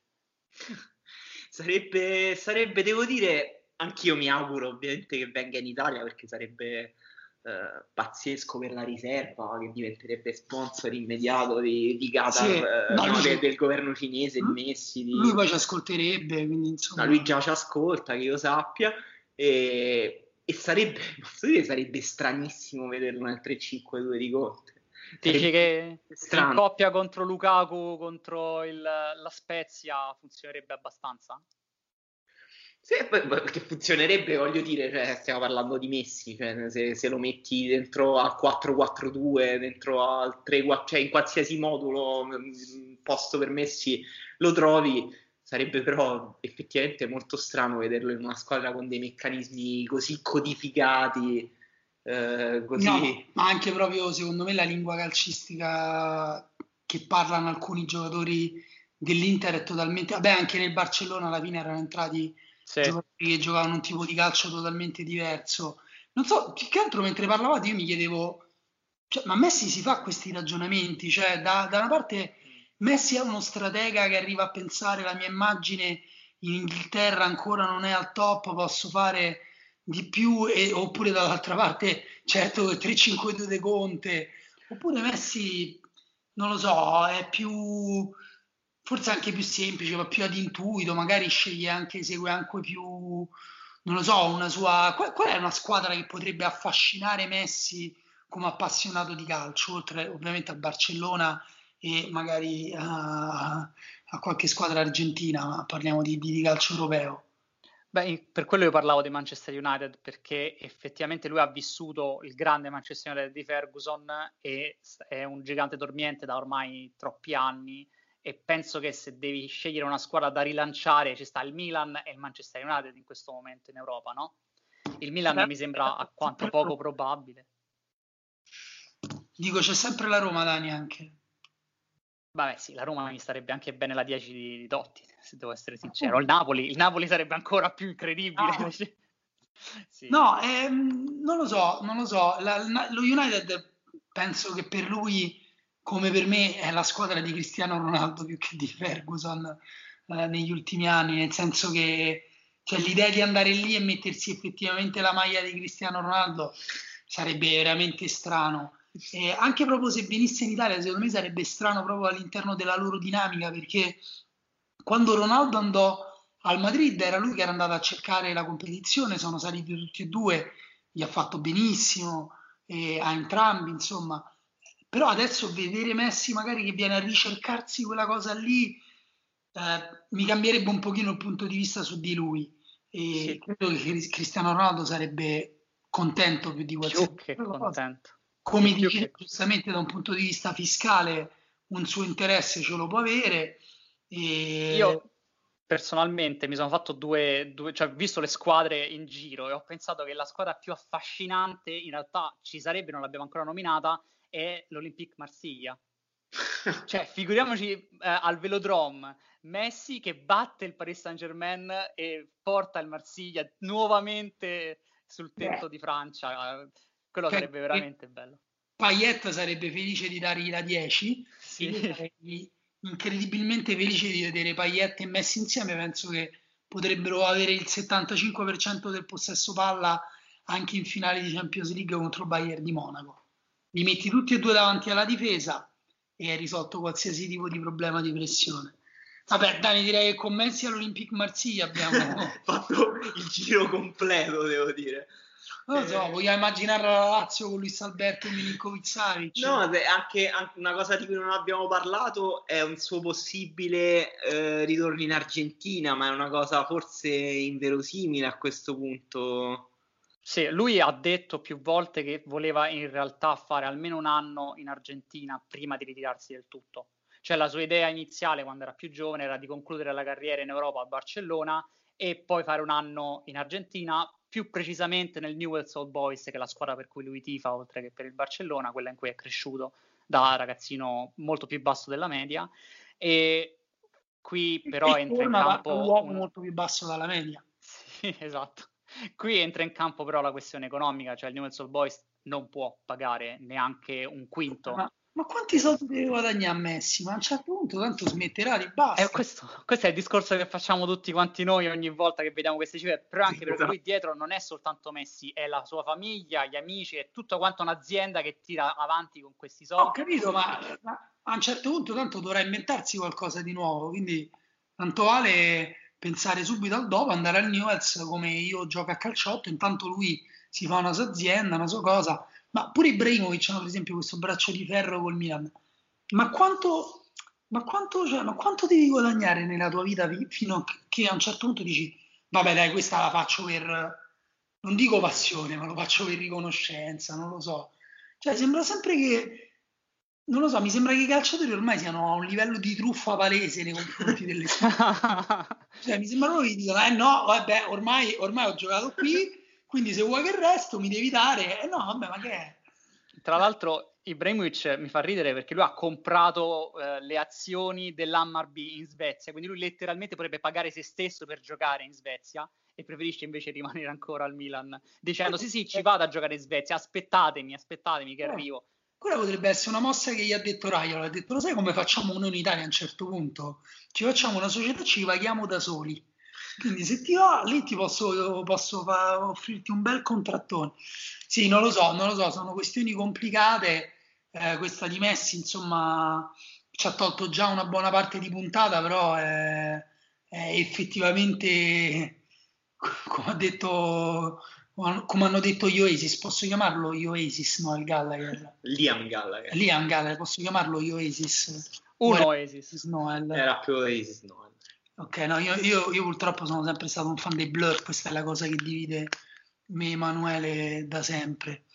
Sarebbe, sarebbe, devo dire, anch'io mi auguro ovviamente che venga in Italia perché sarebbe eh, pazzesco per la riserva, che diventerebbe sponsor immediato di, di Sì, Qatar, eh, no, no, de- lui, del governo cinese, di Messi, lui di... poi ci ascolterebbe, quindi No, insomma. lui già ci ascolta, che io sappia, e, e sarebbe, posso dire, sarebbe stranissimo vederlo nel tre cinque due di Conte. Dici Sarebbe che in strano. coppia contro Lukaku, contro il, la Spezia, funzionerebbe abbastanza? Sì, poi- poi- che funzionerebbe, voglio dire, cioè, stiamo parlando di Messi, cioè, se, se lo metti dentro al quattro quattro due, dentro al tre quattro, cioè in qualsiasi modulo, mm, posto per Messi lo trovi, sarebbe però effettivamente molto strano vederlo in una squadra con dei meccanismi così codificati, eh, No, così... ma anche proprio secondo me la lingua calcistica che parlano alcuni giocatori dell'Inter è totalmente... Vabbè, anche nel Barcellona alla fine erano entrati Sì. giocatori che giocavano un tipo di calcio totalmente diverso. Non so, più che altro mentre parlavate io mi chiedevo, cioè, ma Messi si fa questi ragionamenti? Cioè, da, da una parte Messi è uno stratega che arriva a pensare la mia immagine in Inghilterra ancora non è al top, posso fare di più, e, oppure dall'altra parte, certo, il tre cinque due de Conte, oppure Messi, non lo so, è più, forse anche più semplice, va più ad intuito, magari sceglie anche, segue anche più, non lo so, una sua... Qual, qual è una squadra che potrebbe affascinare Messi come appassionato di calcio, oltre ovviamente al Barcellona e magari a, a qualche squadra argentina, ma parliamo di, di, di calcio europeo. Beh, per quello io parlavo di Manchester United, perché effettivamente lui ha vissuto il grande Manchester United di Ferguson e è un gigante dormiente da ormai troppi anni, e penso che se devi scegliere una squadra da rilanciare ci sta il Milan e il Manchester United in questo momento in Europa, no? Il Milan mi sembra alquanto poco probabile. Dico, c'è sempre la Roma, Dani, anche. Vabbè, sì, la Roma mi starebbe anche bene la dieci di, di Totti, se devo essere sincero. Il Napoli, il Napoli sarebbe ancora più incredibile. Ah, sì. no, ehm, non lo so, non lo so. La- la- lo United penso che per lui, come per me, è la squadra di Cristiano Ronaldo più che di Ferguson eh, negli ultimi anni, nel senso che cioè, l'idea di andare lì e mettersi effettivamente la maglia di Cristiano Ronaldo sarebbe veramente strano. E anche proprio se venisse in Italia, secondo me sarebbe strano proprio all'interno della loro dinamica, perché quando Ronaldo andò al Madrid era lui che era andato a cercare la competizione, sono saliti tutti e due, gli ha fatto benissimo e a entrambi, insomma. Però adesso vedere Messi magari che viene a ricercarsi quella cosa lì, eh, mi cambierebbe un pochino il punto di vista su di lui. E Sì, credo che Cristiano Ronaldo sarebbe contento più di qualsiasi più che altra cosa. contento. Come Sì, più dici che... giustamente, da un punto di vista fiscale, un suo interesse ce lo può avere. E... Io personalmente mi sono fatto due, due, cioè ho visto le squadre in giro e ho pensato che la squadra più affascinante in realtà ci sarebbe, non l'abbiamo ancora nominata, è l'Olympique Marsiglia. Cioè, figuriamoci eh, al Velodrome, Messi che batte il Paris Saint-Germain e porta il Marsiglia nuovamente sul tetto Beh, di Francia. Quello penso sarebbe che veramente bello. Payet sarebbe felice di dargli la dieci e io Sì. sarei incredibilmente felice di vedere Payet e Messi insieme. Penso che potrebbero avere il settantacinque per cento del possesso palla anche in finale di Champions League contro il Bayern di Monaco. Li metti tutti e due davanti alla difesa e hai risolto qualsiasi tipo di problema di pressione. Vabbè, Dani, direi che con Messi all'Olympique Marsiglia abbiamo fatto il giro completo, devo dire. non lo so, Eh, vogliamo immaginare la Lazio con Luis Alberto e Milinkovic-Savic? No, anche, anche una cosa di cui non abbiamo parlato è un suo possibile eh, ritorno in Argentina, ma è una cosa forse inverosimile a questo punto. Sì, lui ha detto più volte che voleva in realtà fare almeno un anno in Argentina prima di ritirarsi del tutto. Cioè la sua idea iniziale quando era più giovane era di concludere la carriera in Europa a Barcellona e poi fare un anno in Argentina, più precisamente nel Newell's Old Boys, che è la squadra per cui lui tifa, oltre che per il Barcellona, quella in cui è cresciuto da ragazzino molto più basso della media. E qui però E entra in torna da un campo uomo un... molto più basso dalla media. Sì, esatto. Qui entra in campo però la questione economica, cioè il Newell's Old Boys non può pagare neanche un quinto Ma, ma quanti per... soldi deve guadagnare Messi? Ma a un certo punto tanto smetterà di Eh, basta. questo, questo è il discorso che facciamo tutti quanti noi ogni volta che vediamo queste cifre, però anche perché Esatto. lui dietro non è soltanto Messi, è la sua famiglia, gli amici, è tutta quanta un'azienda che tira avanti con questi Ho soldi. capito, ma, ma a un certo punto tanto dovrà inventarsi qualcosa di nuovo, quindi tanto vale pensare subito al dopo, andare al Newell's come io gioco a calciotto, intanto lui si fa una sua azienda, una sua cosa, ma pure Ibrahimovic hanno per esempio questo braccio di ferro col Milan, ma quanto, ma quanto, cioè, ma quanto devi guadagnare nella tua vita fi- fino a che a un certo punto dici, vabbè dai, questa la faccio per, non dico passione, ma lo faccio per riconoscenza, non lo so. Cioè, sembra sempre che, non lo so, mi sembra che i calciatori ormai siano a un livello di truffa palese nei confronti delle squadre. Cioè, mi sembra proprio che dicono, eh no, vabbè, ormai, ormai ho giocato qui, quindi se vuoi che il resto mi devi dare. Eh no, vabbè, ma che è? Tra l'altro Ibrahimovic mi fa ridere perché lui ha comprato eh, le azioni dell'Hammarby in Svezia, quindi lui letteralmente potrebbe pagare se stesso per giocare in Svezia e preferisce invece rimanere ancora al Milan, dicendo sì sì ci vado a giocare in Svezia, aspettatemi, aspettatemi che Eh, arrivo. quella potrebbe essere una mossa che gli ha detto Raiola, ha detto, lo sai come facciamo noi in Italia a un certo punto? Ci facciamo una società, ci paghiamo da soli. Quindi se ti va, lì ti posso, posso fa- offrirti un bel contrattone. Sì, non lo so, non lo so, sono questioni complicate. Eh, questa di Messi, insomma, ci ha tolto già una buona parte di puntata, però è, è effettivamente, come ha detto, come hanno detto gli Oasis, posso chiamarlo gli Oasis, no, il Gallagher. Liam Gallagher. Liam Gallagher, posso chiamarlo gli Oasis? Un O Oasis. Noel? Era più Oasis Noel. Ok, no, io, io, io purtroppo sono sempre stato un fan dei Blur, questa è la cosa che divide me e Emanuele da sempre.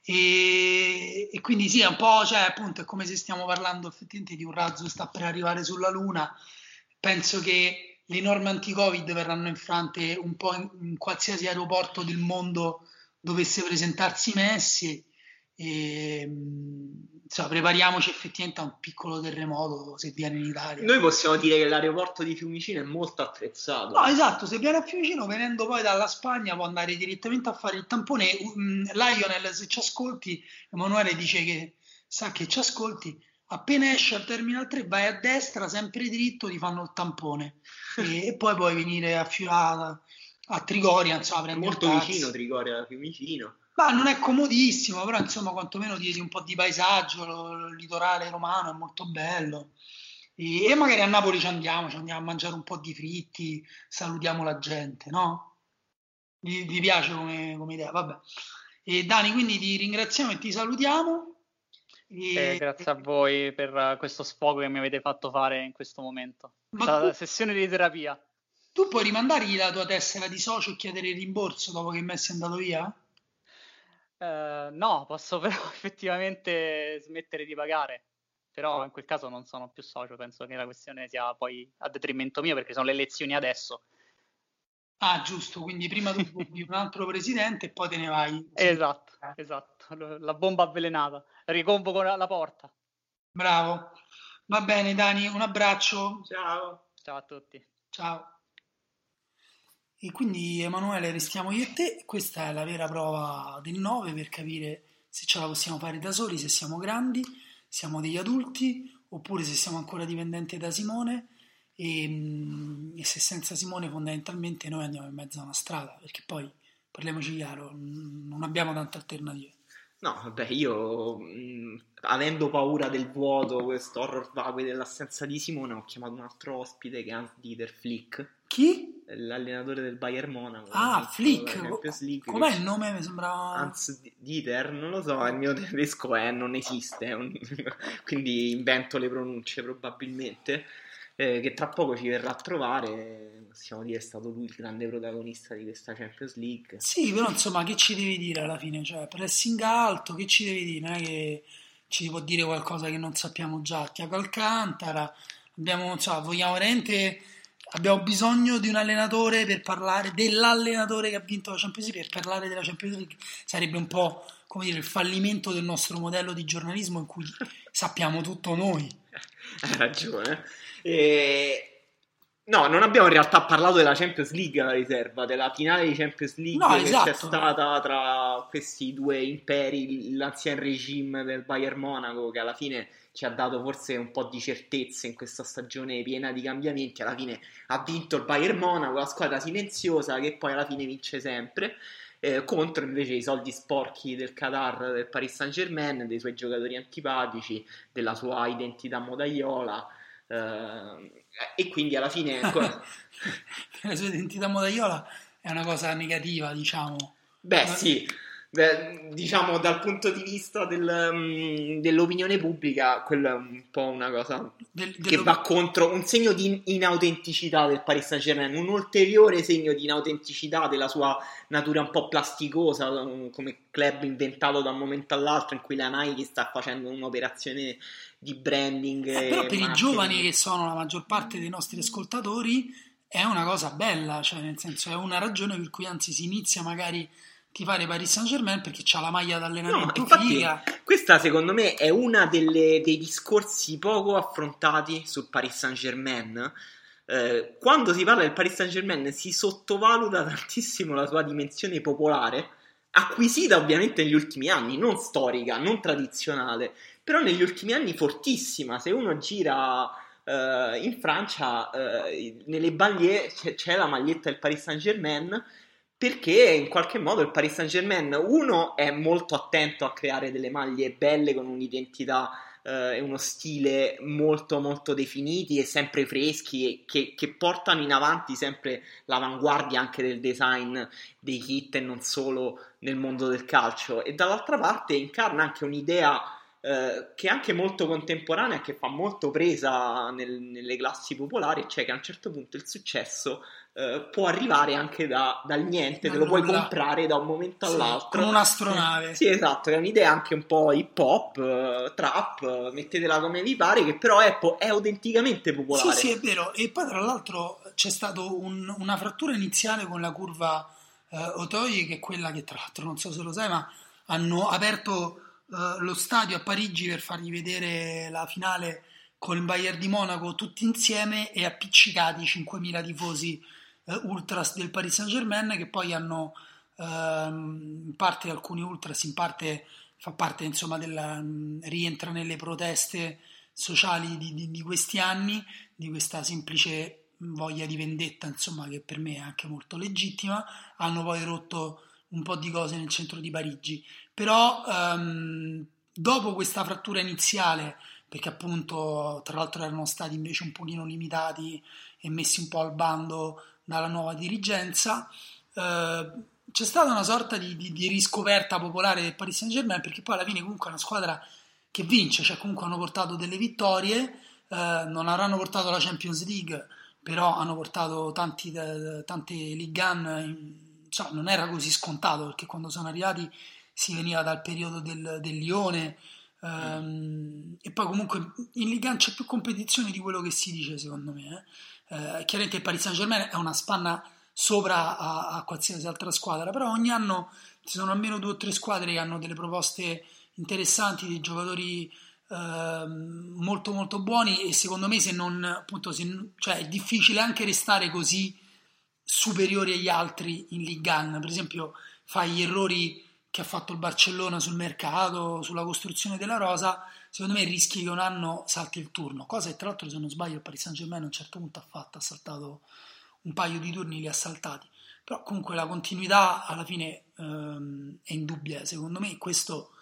E, e quindi sì, è un po', cioè appunto è come se stiamo parlando effettivamente di un razzo che sta per arrivare sulla Luna. Penso che le norme anti-Covid verranno infrante un po' in, in qualsiasi aeroporto del mondo dovesse presentarsi Messi. E, insomma, prepariamoci effettivamente a un piccolo terremoto se viene in Italia. Noi possiamo dire che l'aeroporto di Fiumicino è molto attrezzato. No, esatto, se viene a Fiumicino, venendo poi dalla Spagna, può andare direttamente a fare il tampone. Um, Lionel, se ci ascolti, Emanuele dice che sa che ci ascolti, appena esce al Terminal tre vai a destra, sempre dritto, ti fanno il tampone. E, e poi puoi venire a, a, a Trigoria, insomma, È prendi molto il taxi. vicino Trigoria da Fiumicino. Ma non è comodissimo, però insomma quantomeno ti vedi un po' di paesaggio, lo- il litorale romano è molto bello. E, e magari a Napoli ci andiamo, ci andiamo a mangiare un po' di fritti, salutiamo la gente, no? Vi, vi piace come, come idea? Vabbè. E Dani, quindi ti ringraziamo e ti salutiamo. Eh, E, grazie a voi per eh, questo sfogo che mi avete fatto fare in questo momento. ma tu, Questa sessione di terapia. tu puoi rimandargli la tua tessera di socio e chiedere il rimborso dopo che Messi è andato via? Eh, no, posso però effettivamente smettere di pagare. Però in quel caso non sono più socio, penso che la questione sia poi a detrimento mio perché sono le elezioni adesso. Ah, giusto, quindi prima tu sbobbi un altro presidente e poi te ne vai. Così. Esatto, esatto, lo- la bomba avvelenata. Riconvoco la la porta. Bravo. Va bene, Dani, un abbraccio. Ciao. Ciao a tutti. Ciao. E quindi Emanuele, restiamo io e te. Questa è la vera prova del nove per capire se ce la possiamo fare da soli, se siamo grandi, siamo degli adulti, oppure se siamo ancora dipendenti da Simone e, mm, e se senza Simone fondamentalmente noi andiamo in mezzo a una strada, perché poi, parliamoci chiaro, mm, non abbiamo tante alternative. No, vabbè, io mh, avendo paura del vuoto, questo horror vague dell'assenza di Simone, ho chiamato un altro ospite che è Hans-Dieter Flick, Chi? l'allenatore del Bayern Monaco, che ha Ah, vinto Flick. la Co- Champions League. Com'è Che il nome? Mi sembrava... Hans-Dieter, non lo so, il mio tedesco è, non esiste, è un- quindi invento le pronunce probabilmente, eh, che tra poco ci verrà a trovare, possiamo dire è stato lui il grande protagonista di questa Champions League. Sì, però insomma, che ci devi dire alla fine? Cioè, pressing alto, che ci devi dire? Non è che ci può dire qualcosa che non sappiamo già. Thiago Alcantara, abbiamo, insomma, vogliamo veramente, abbiamo bisogno di un allenatore per parlare dell'allenatore che ha vinto la Champions League, per parlare della Champions League sarebbe un po', come dire, il fallimento del nostro modello di giornalismo in cui sappiamo tutto noi. Hai ragione. E... No, non abbiamo in realtà parlato della Champions League alla riserva, della finale di Champions League No, che esatto. c'è stata tra questi due imperi, l'ancien regime del Bayern Monaco, che alla fine ci ha dato forse un po' di certezze in questa stagione piena di cambiamenti. Alla fine ha vinto il Bayern Monaco, la squadra silenziosa che poi alla fine vince sempre. Eh, contro invece i soldi sporchi del Qatar, del Paris Saint-Germain, dei suoi giocatori antipatici, della sua identità modaiola. Uh, e quindi alla fine la sua identità modaiola è una cosa negativa, diciamo. Beh, Ma... sì, beh, diciamo dal punto di vista del, um, dell'opinione pubblica, quella è un po' una cosa del, che va contro un segno di inautenticità del Paris Saint-Germain, un ulteriore segno di inautenticità della sua natura un po' plasticosa, come club inventato da un momento all'altro, in cui la Nike sta facendo un'operazione di branding. Eh, però per marketing. I giovani che sono la maggior parte dei nostri ascoltatori è una cosa bella, cioè nel senso è una ragione per cui anzi si inizia magari a fare Paris Saint-Germain perché c'ha la maglia d'allenamento. No, infatti figa. Questa secondo me è una delle, dei discorsi poco affrontati sul Paris Saint-Germain. Eh, quando si parla del Paris Saint-Germain si sottovaluta tantissimo la sua dimensione popolare, acquisita ovviamente negli ultimi anni, non storica, non tradizionale, però negli ultimi anni fortissima. Se uno gira uh, in Francia, uh, nelle banlieue c'è, c'è la maglietta del Paris Saint-Germain, perché in qualche modo il Paris Saint-Germain, uno, è molto attento a creare delle maglie belle con un'identità uh, e uno stile molto molto definiti e sempre freschi, e che, che portano in avanti sempre l'avanguardia anche del design dei kit e non solo nel mondo del calcio, e dall'altra parte incarna anche un'idea Uh, che è anche molto contemporanea, che fa molto presa nel, nelle classi popolari, cioè che a un certo punto il successo uh, può arrivare anche da, dal niente, da te lo puoi comprare da un momento sì, all'altro con un'astronave. Sì, esatto, è un'idea anche un po' hip hop, uh, trap, uh, mettetela come vi pare, che però è, po- è autenticamente popolare. Sì, sì, è vero. E poi tra l'altro c'è stata un, una frattura iniziale con la curva uh, Auteuil, che è quella che tra l'altro non so se lo sai, ma hanno aperto Uh, lo stadio a Parigi per fargli vedere la finale con il Bayern di Monaco tutti insieme e appiccicati cinquemila tifosi uh, ultras del Paris Saint-Germain, che poi hanno uh, in parte alcuni ultras, in parte fa parte insomma della, um, rientra nelle proteste sociali di, di, di questi anni, di questa semplice voglia di vendetta, insomma, che per me è anche molto legittima. Hanno poi rotto un po' di cose nel centro di Parigi, però um, dopo questa frattura iniziale perché appunto tra l'altro erano stati invece un pochino limitati e messi un po' al bando dalla nuova dirigenza. Eh, c'è stata una sorta di, di, di riscoperta popolare del Paris Saint-Germain, perché poi alla fine comunque è una squadra che vince, cioè comunque hanno portato delle vittorie, eh, non avranno portato la Champions League, però hanno portato tanti, eh, tante Ligue uno, insomma, non era così scontato, perché quando sono arrivati si veniva dal periodo del, del Lione, ehm, e poi comunque in Ligue uno c'è più competizione di quello che si dice, secondo me. Eh. Eh, chiaramente il Paris Saint-Germain è una spanna sopra a, a qualsiasi altra squadra, però ogni anno ci sono almeno due o tre squadre che hanno delle proposte interessanti, dei giocatori eh, molto molto buoni, e secondo me se non appunto se, cioè è difficile anche restare così superiori agli altri in Ligue uno. Per esempio fai gli errori che ha fatto il Barcellona sul mercato, sulla costruzione della rosa, secondo me rischi che un anno salti il turno, cosa che tra l'altro se non sbaglio il Paris Saint-Germain a un certo punto ha fatto, ha saltato un paio di turni, li ha saltati, però comunque la continuità alla fine ehm, è indubbia, secondo me questo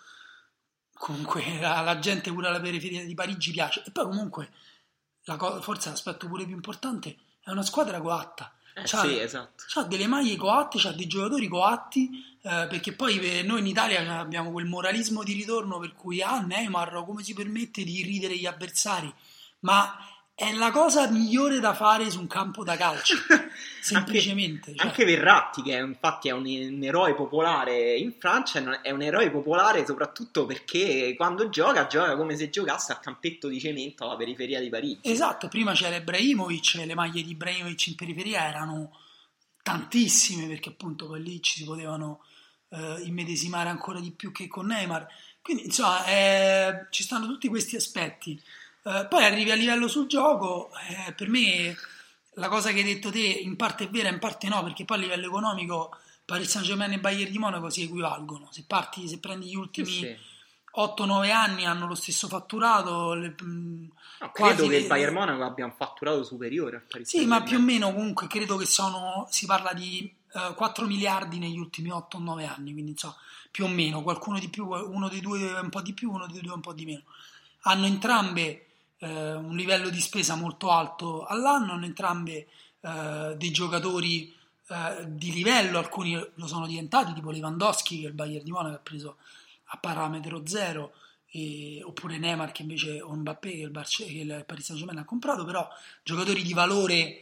comunque la gente pure alla periferia di Parigi piace. E poi comunque la co- forse l'aspetto pure più importante è una squadra coatta, Eh c'ha, sì, esatto. c'ha delle maglie coatte, c'ha dei giocatori coatti, eh, perché poi eh, noi in Italia abbiamo quel moralismo di ritorno per cui ah Neymar come si permette di irridere gli avversari, ma è la cosa migliore da fare su un campo da calcio, semplicemente. Anche, cioè. anche Verratti, che è, infatti è un, un eroe popolare in Francia, è un eroe popolare soprattutto perché quando gioca, gioca come se giocasse al campetto di cemento alla periferia di Parigi. Esatto, prima c'era Ibrahimovic, le maglie di Ibrahimovic in periferia erano tantissime, perché appunto poi lì ci si potevano eh, immedesimare ancora di più che con Neymar. Quindi insomma eh, ci stanno tutti questi aspetti. Uh, poi arrivi a livello sul gioco, eh, per me la cosa che hai detto te in parte è vera, in parte no, perché poi a livello economico Paris Saint-Germain e Bayern di Monaco si equivalgono. Se parti, se prendi gli ultimi sì, sì. otto nove anni hanno lo stesso fatturato. Le, no, credo che le... il Bayern Monaco abbia un fatturato superiore a Paris Sì, ma più o meno comunque credo che sono, si parla di uh, quattro miliardi negli ultimi otto nove anni, quindi insomma, più o meno, qualcuno di più, uno dei due un po' di più, uno dei due un po' di meno. Hanno entrambe Uh, un livello di spesa molto alto all'anno, hanno entrambe uh, dei giocatori uh, di livello, alcuni lo sono diventati, tipo Lewandowski che il Bayern di Monaco ha preso a parametro zero, e, oppure Neymar che invece, o Mbappé che il, Barce- che il Paris Saint-Germain ha comprato, però giocatori di valore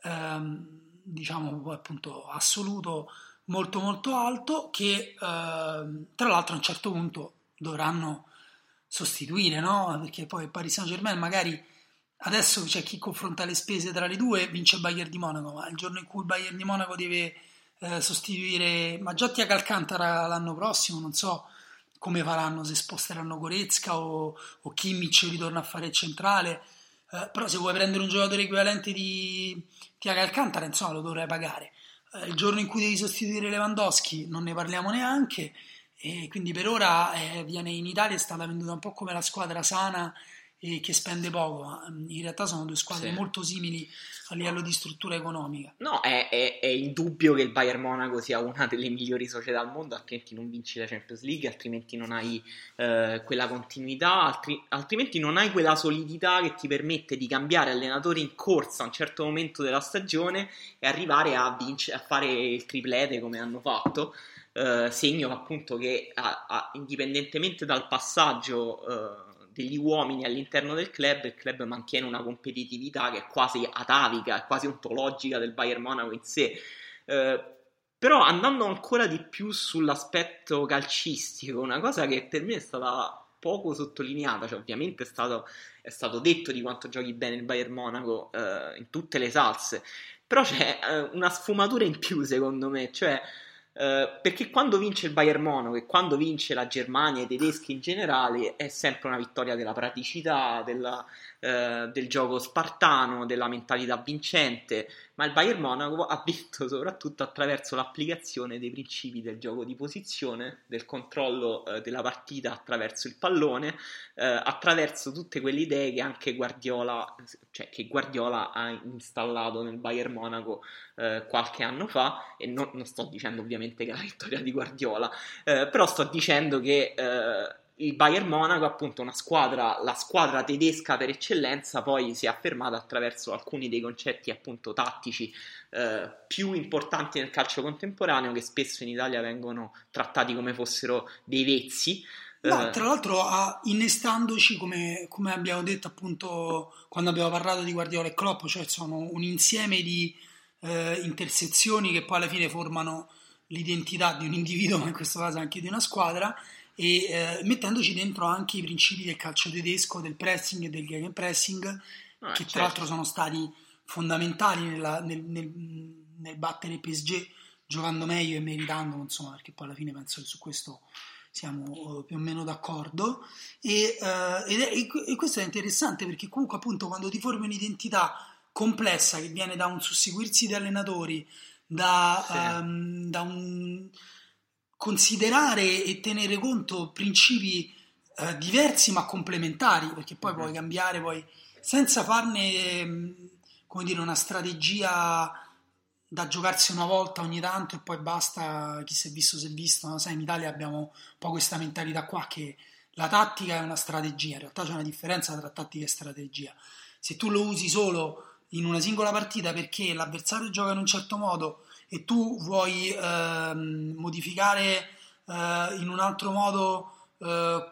um, diciamo appunto assoluto molto molto alto, che uh, tra l'altro a un certo punto dovranno sostituire, no? Perché poi Paris Saint-Germain magari adesso c'è chi confronta le spese tra le due, vince il Bayern di Monaco, ma il giorno in cui il Bayern di Monaco deve eh, sostituire Maggiatti a Alcantara l'anno prossimo, non so come faranno, se sposteranno Goretzka o, o Kimmich ritorna a fare il centrale, eh, però se vuoi prendere un giocatore equivalente di Thiago Alcantara, insomma lo dovrai pagare. Eh, il giorno in cui devi sostituire Lewandowski non ne parliamo neanche. E quindi per ora eh, viene in Italia è stata venduta un po' come la squadra sana e che spende poco, ma in realtà sono due squadre sì. molto simili a livello di struttura economica. No, è, è, è indubbio che il Bayern Monaco sia una delle migliori società al mondo, altrimenti non vinci la Champions League, altrimenti non hai eh, quella continuità, altri, altrimenti non hai quella solidità che ti permette di cambiare allenatore in corsa a un certo momento della stagione e arrivare a, vinc- a fare il triplete come hanno fatto. Uh, segno appunto che a, a, indipendentemente dal passaggio uh, degli uomini all'interno del club, il club mantiene una competitività che è quasi atavica, è quasi ontologica del Bayern Monaco in sé. Uh, però andando ancora di più sull'aspetto calcistico, una cosa che per me è stata poco sottolineata, cioè ovviamente è stato, è stato detto di quanto giochi bene il Bayern Monaco uh, in tutte le salse, però c'è uh, una sfumatura in più secondo me, cioè Uh, perché quando vince il Bayern Monaco e quando vince la Germania e i tedeschi in generale è sempre una vittoria della praticità, della, uh, del gioco spartano, della mentalità vincente, ma il Bayern Monaco ha vinto soprattutto attraverso l'applicazione dei principi del gioco di posizione, del controllo uh, della partita attraverso il pallone, uh, attraverso tutte quelle idee che anche Guardiola, cioè che Guardiola ha installato nel Bayern Monaco uh, qualche anno fa, e non, non sto dicendo ovviamente che è la vittoria di Guardiola, eh, però sto dicendo che eh, il Bayern Monaco, appunto una squadra, la squadra tedesca per eccellenza, poi si è affermata attraverso alcuni dei concetti appunto tattici eh, più importanti nel calcio contemporaneo, che spesso in Italia vengono trattati come fossero dei vezzi. No, tra l'altro ah, innestandoci, come, come abbiamo detto appunto quando abbiamo parlato di Guardiola e Klopp, cioè sono un insieme di eh, intersezioni che poi alla fine formano l'identità di un individuo, ma in questo caso anche di una squadra, e eh, mettendoci dentro anche i principi del calcio tedesco, del pressing e del gegenpressing, Ah, che certo. tra l'altro sono stati fondamentali nella, nel, nel, nel battere il P S G, giocando meglio e meritando, insomma, perché poi alla fine penso che su questo siamo uh, più o meno d'accordo, e, uh, ed è, e questo è interessante perché comunque appunto quando ti formi un'identità complessa che viene da un susseguirsi di allenatori, da, Sì. um, da un considerare e tenere conto principi uh, diversi ma complementari, perché poi mm-hmm. puoi cambiare poi senza farne come dire una strategia da giocarsi una volta ogni tanto e poi basta, chi si è visto si è visto, no? Sai, in Italia abbiamo un po' questa mentalità qua che la tattica è una strategia, in realtà c'è una differenza tra tattica e strategia. Se tu lo usi solo in una singola partita perché l'avversario gioca in un certo modo e tu vuoi eh, modificare eh, in un altro modo eh,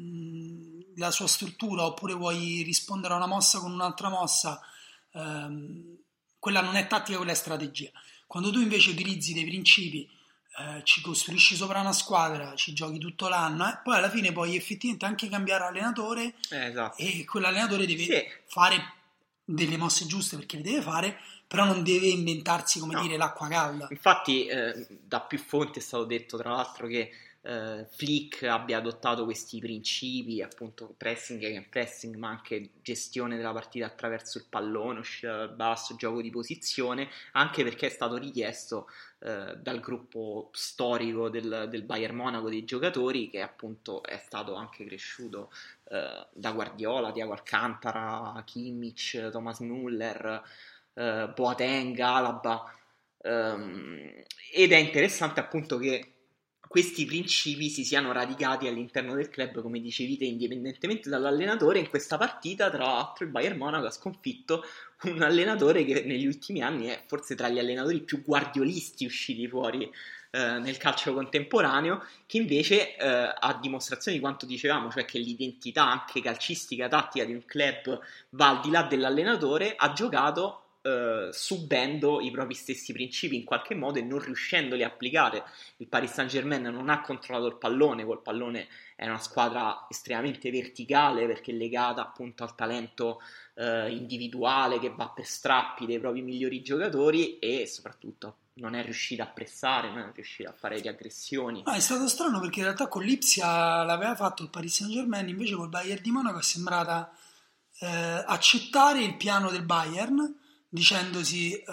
la sua struttura, oppure vuoi rispondere a una mossa con un'altra mossa, ehm, quella non è tattica, quella è strategia. Quando tu invece utilizzi dei principi, eh, ci costruisci sopra una squadra, ci giochi tutto l'anno, eh, poi alla fine puoi effettivamente anche cambiare allenatore, eh, esatto. e quell'allenatore deve sì. fare delle mosse giuste perché le deve fare, però non deve inventarsi, come no. dire, l'acqua calda. Infatti eh, da più fonti è stato detto tra l'altro che Uh, Flick abbia adottato questi principi, appunto pressing e pressing, ma anche gestione della partita attraverso il pallone, uscita dal basso, gioco di posizione, anche perché è stato richiesto uh, dal gruppo storico del, del Bayern Monaco, dei giocatori, che appunto è stato anche cresciuto uh, da Guardiola, Thiago Alcantara, Kimmich, Thomas Müller, uh, Boateng, Alaba, um, ed è interessante appunto che questi principi si siano radicati all'interno del club, come dicevi te, indipendentemente dall'allenatore. In questa partita, tra l'altro, il Bayern Monaco ha sconfitto un allenatore che negli ultimi anni è forse tra gli allenatori più guardiolisti usciti fuori eh, nel calcio contemporaneo, che invece eh, a dimostrazione di quanto dicevamo, cioè che l'identità anche calcistica, tattica di un club va al di là dell'allenatore, ha giocato Uh, subendo i propri stessi principi in qualche modo e non riuscendoli a applicare. Il Paris Saint-Germain non ha controllato il pallone, col pallone è una squadra estremamente verticale perché è legata appunto al talento uh, individuale che va per strappi dei propri migliori giocatori, e soprattutto non è riuscita a pressare, non è riuscita a fare le aggressioni. Ah, è stato strano perché in realtà con l'Ipsia l'aveva fatto il Paris Saint-Germain, invece col Bayern di Monaco è sembrata eh, accettare il piano del Bayern, dicendosi eh,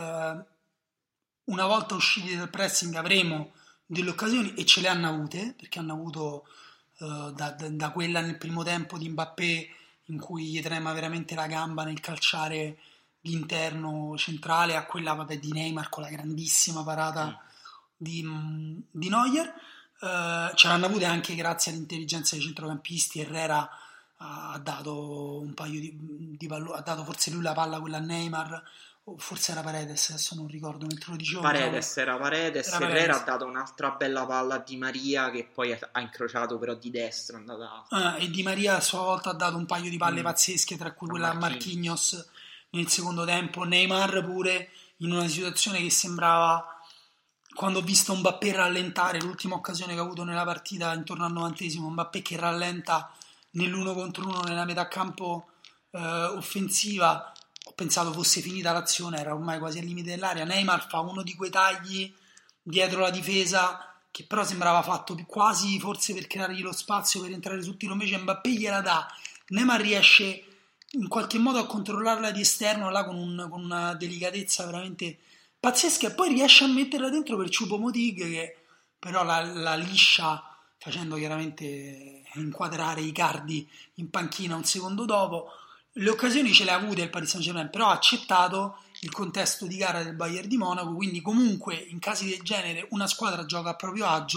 una volta usciti dal pressing avremo delle occasioni, e ce le hanno avute, perché hanno avuto eh, da, da, da quella nel primo tempo di Mbappé in cui gli trema veramente la gamba nel calciare l'interno centrale, a quella vabbè, di Neymar con la grandissima parata mm. di, di Neuer. Eh, ce l'hanno avute anche grazie all'intelligenza dei centrocampisti. Herrera ha dato un paio di, di palloni, ha dato forse lui la palla quella a Neymar, o forse era Paredes, adesso non ricordo mentre lo dicevo. Paredes, era Paredes, era Herrera Paredes. Ha dato un'altra bella palla a Di Maria che poi ha incrociato però di destra, è andata... ah, e Di Maria a sua volta ha dato un paio di palle mm. pazzesche, tra cui quella a Marquinhos. Marquinhos nel secondo tempo, Neymar pure in una situazione che sembrava, quando ho visto Mbappé rallentare, l'ultima occasione che ha avuto nella partita intorno al novantesimo, Mbappé che rallenta nell'uno contro uno nella metà campo eh, offensiva, ho pensato fosse finita l'azione, era ormai quasi al limite dell'area. Neymar fa uno di quei tagli dietro la difesa che però sembrava fatto quasi forse per creargli lo spazio per entrare sul tiro, invece Mbappé gliela dà, Neymar riesce in qualche modo a controllarla di esterno là con, un, con una delicatezza veramente pazzesca, e poi riesce a metterla dentro per Choupo-Moting che però la, la liscia, facendo chiaramente inquadrare Icardi in panchina un secondo dopo. Le occasioni ce le ha avute il Paris Saint-Germain, però ha accettato il contesto di gara del Bayern di Monaco, quindi comunque in casi del genere una squadra gioca a proprio agio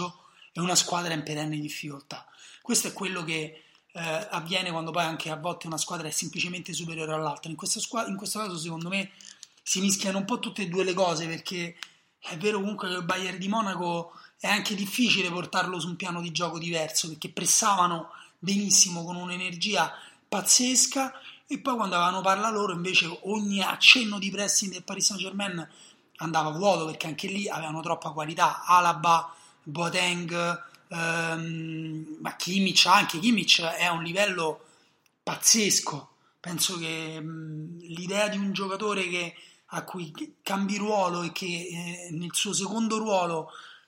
è una squadra in perenne difficoltà. Questo è quello che eh, avviene quando poi anche a volte una squadra è semplicemente superiore all'altra. In questo, squ- in questo caso secondo me si mischiano un po' tutte e due le cose, perché è vero comunque che il Bayern di Monaco è anche difficile portarlo su un piano di gioco diverso, perché pressavano benissimo con un'energia pazzesca, e poi quando avevano palla loro invece ogni accenno di pressing del Paris Saint-Germain andava a vuoto, perché anche lì avevano troppa qualità. Alaba, Boateng, ehm, ma Kimmich, anche Kimmich è a un livello pazzesco. Penso che mh, l'idea di un giocatore che, a cui cambi ruolo e che eh, nel suo secondo ruolo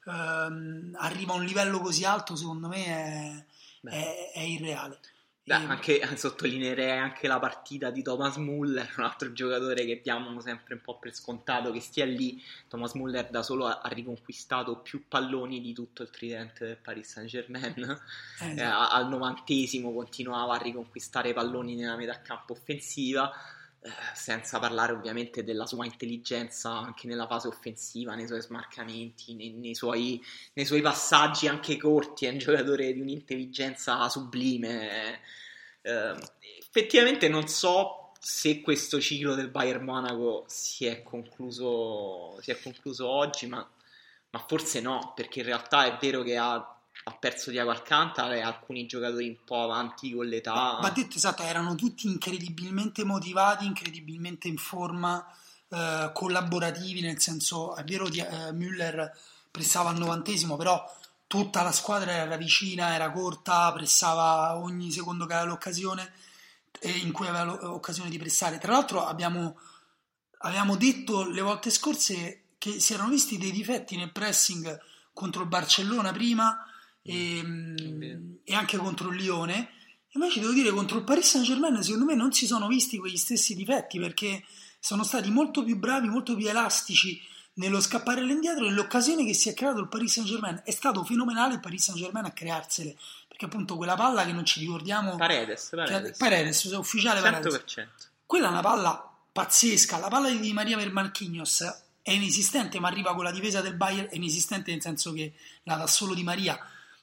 ehm, arriva a un livello così alto, secondo me è, è, è irreale. Beh, anche, sottolineerei anche la partita di Thomas Müller, un altro giocatore che diamo sempre un po' per scontato che stia lì. Thomas Müller da solo ha riconquistato più palloni di tutto il tridente del Paris Saint-Germain. Eh, eh, al novantesimo continuava a riconquistare palloni nella metà campo offensiva, eh, senza parlare ovviamente della sua intelligenza anche nella fase offensiva, nei suoi smarcamenti, nei, nei, suoi, nei suoi passaggi anche corti. È un giocatore di un'intelligenza sublime. Eh, effettivamente non so se questo ciclo del Bayern Monaco si è concluso, si è concluso oggi, ma, ma forse no, perché in realtà è vero che ha ha perso Thiago Alcantara e alcuni giocatori un po' avanti con l'età. Va detto, esatto, erano tutti incredibilmente motivati, incredibilmente in forma, eh, collaborativi, nel senso, è vero, eh, Müller pressava al novantesimo, però tutta la squadra era vicina, era corta, pressava ogni secondo che aveva l'occasione, eh, in cui aveva l'occasione di pressare. Tra l'altro abbiamo, abbiamo detto le volte scorse che si erano visti dei difetti nel pressing contro il Barcellona prima, E, mm. e anche contro il Lione. Invece devo dire, contro il Paris Saint-Germain secondo me non si sono visti quegli stessi difetti, perché sono stati molto più bravi, molto più elastici nello scappare all'indietro, e l'occasione che si è creato il Paris Saint-Germain è stato fenomenale il Paris Saint-Germain a crearsele, perché appunto quella palla che non ci ricordiamo, Paredes, Paredes, che, Paredes ufficiale cento per cento. Paredes, quella è una palla pazzesca. La palla di Di Maria per Marquinhos è inesistente, ma arriva con la difesa del Bayern, è inesistente nel senso che la dà solo Di Maria,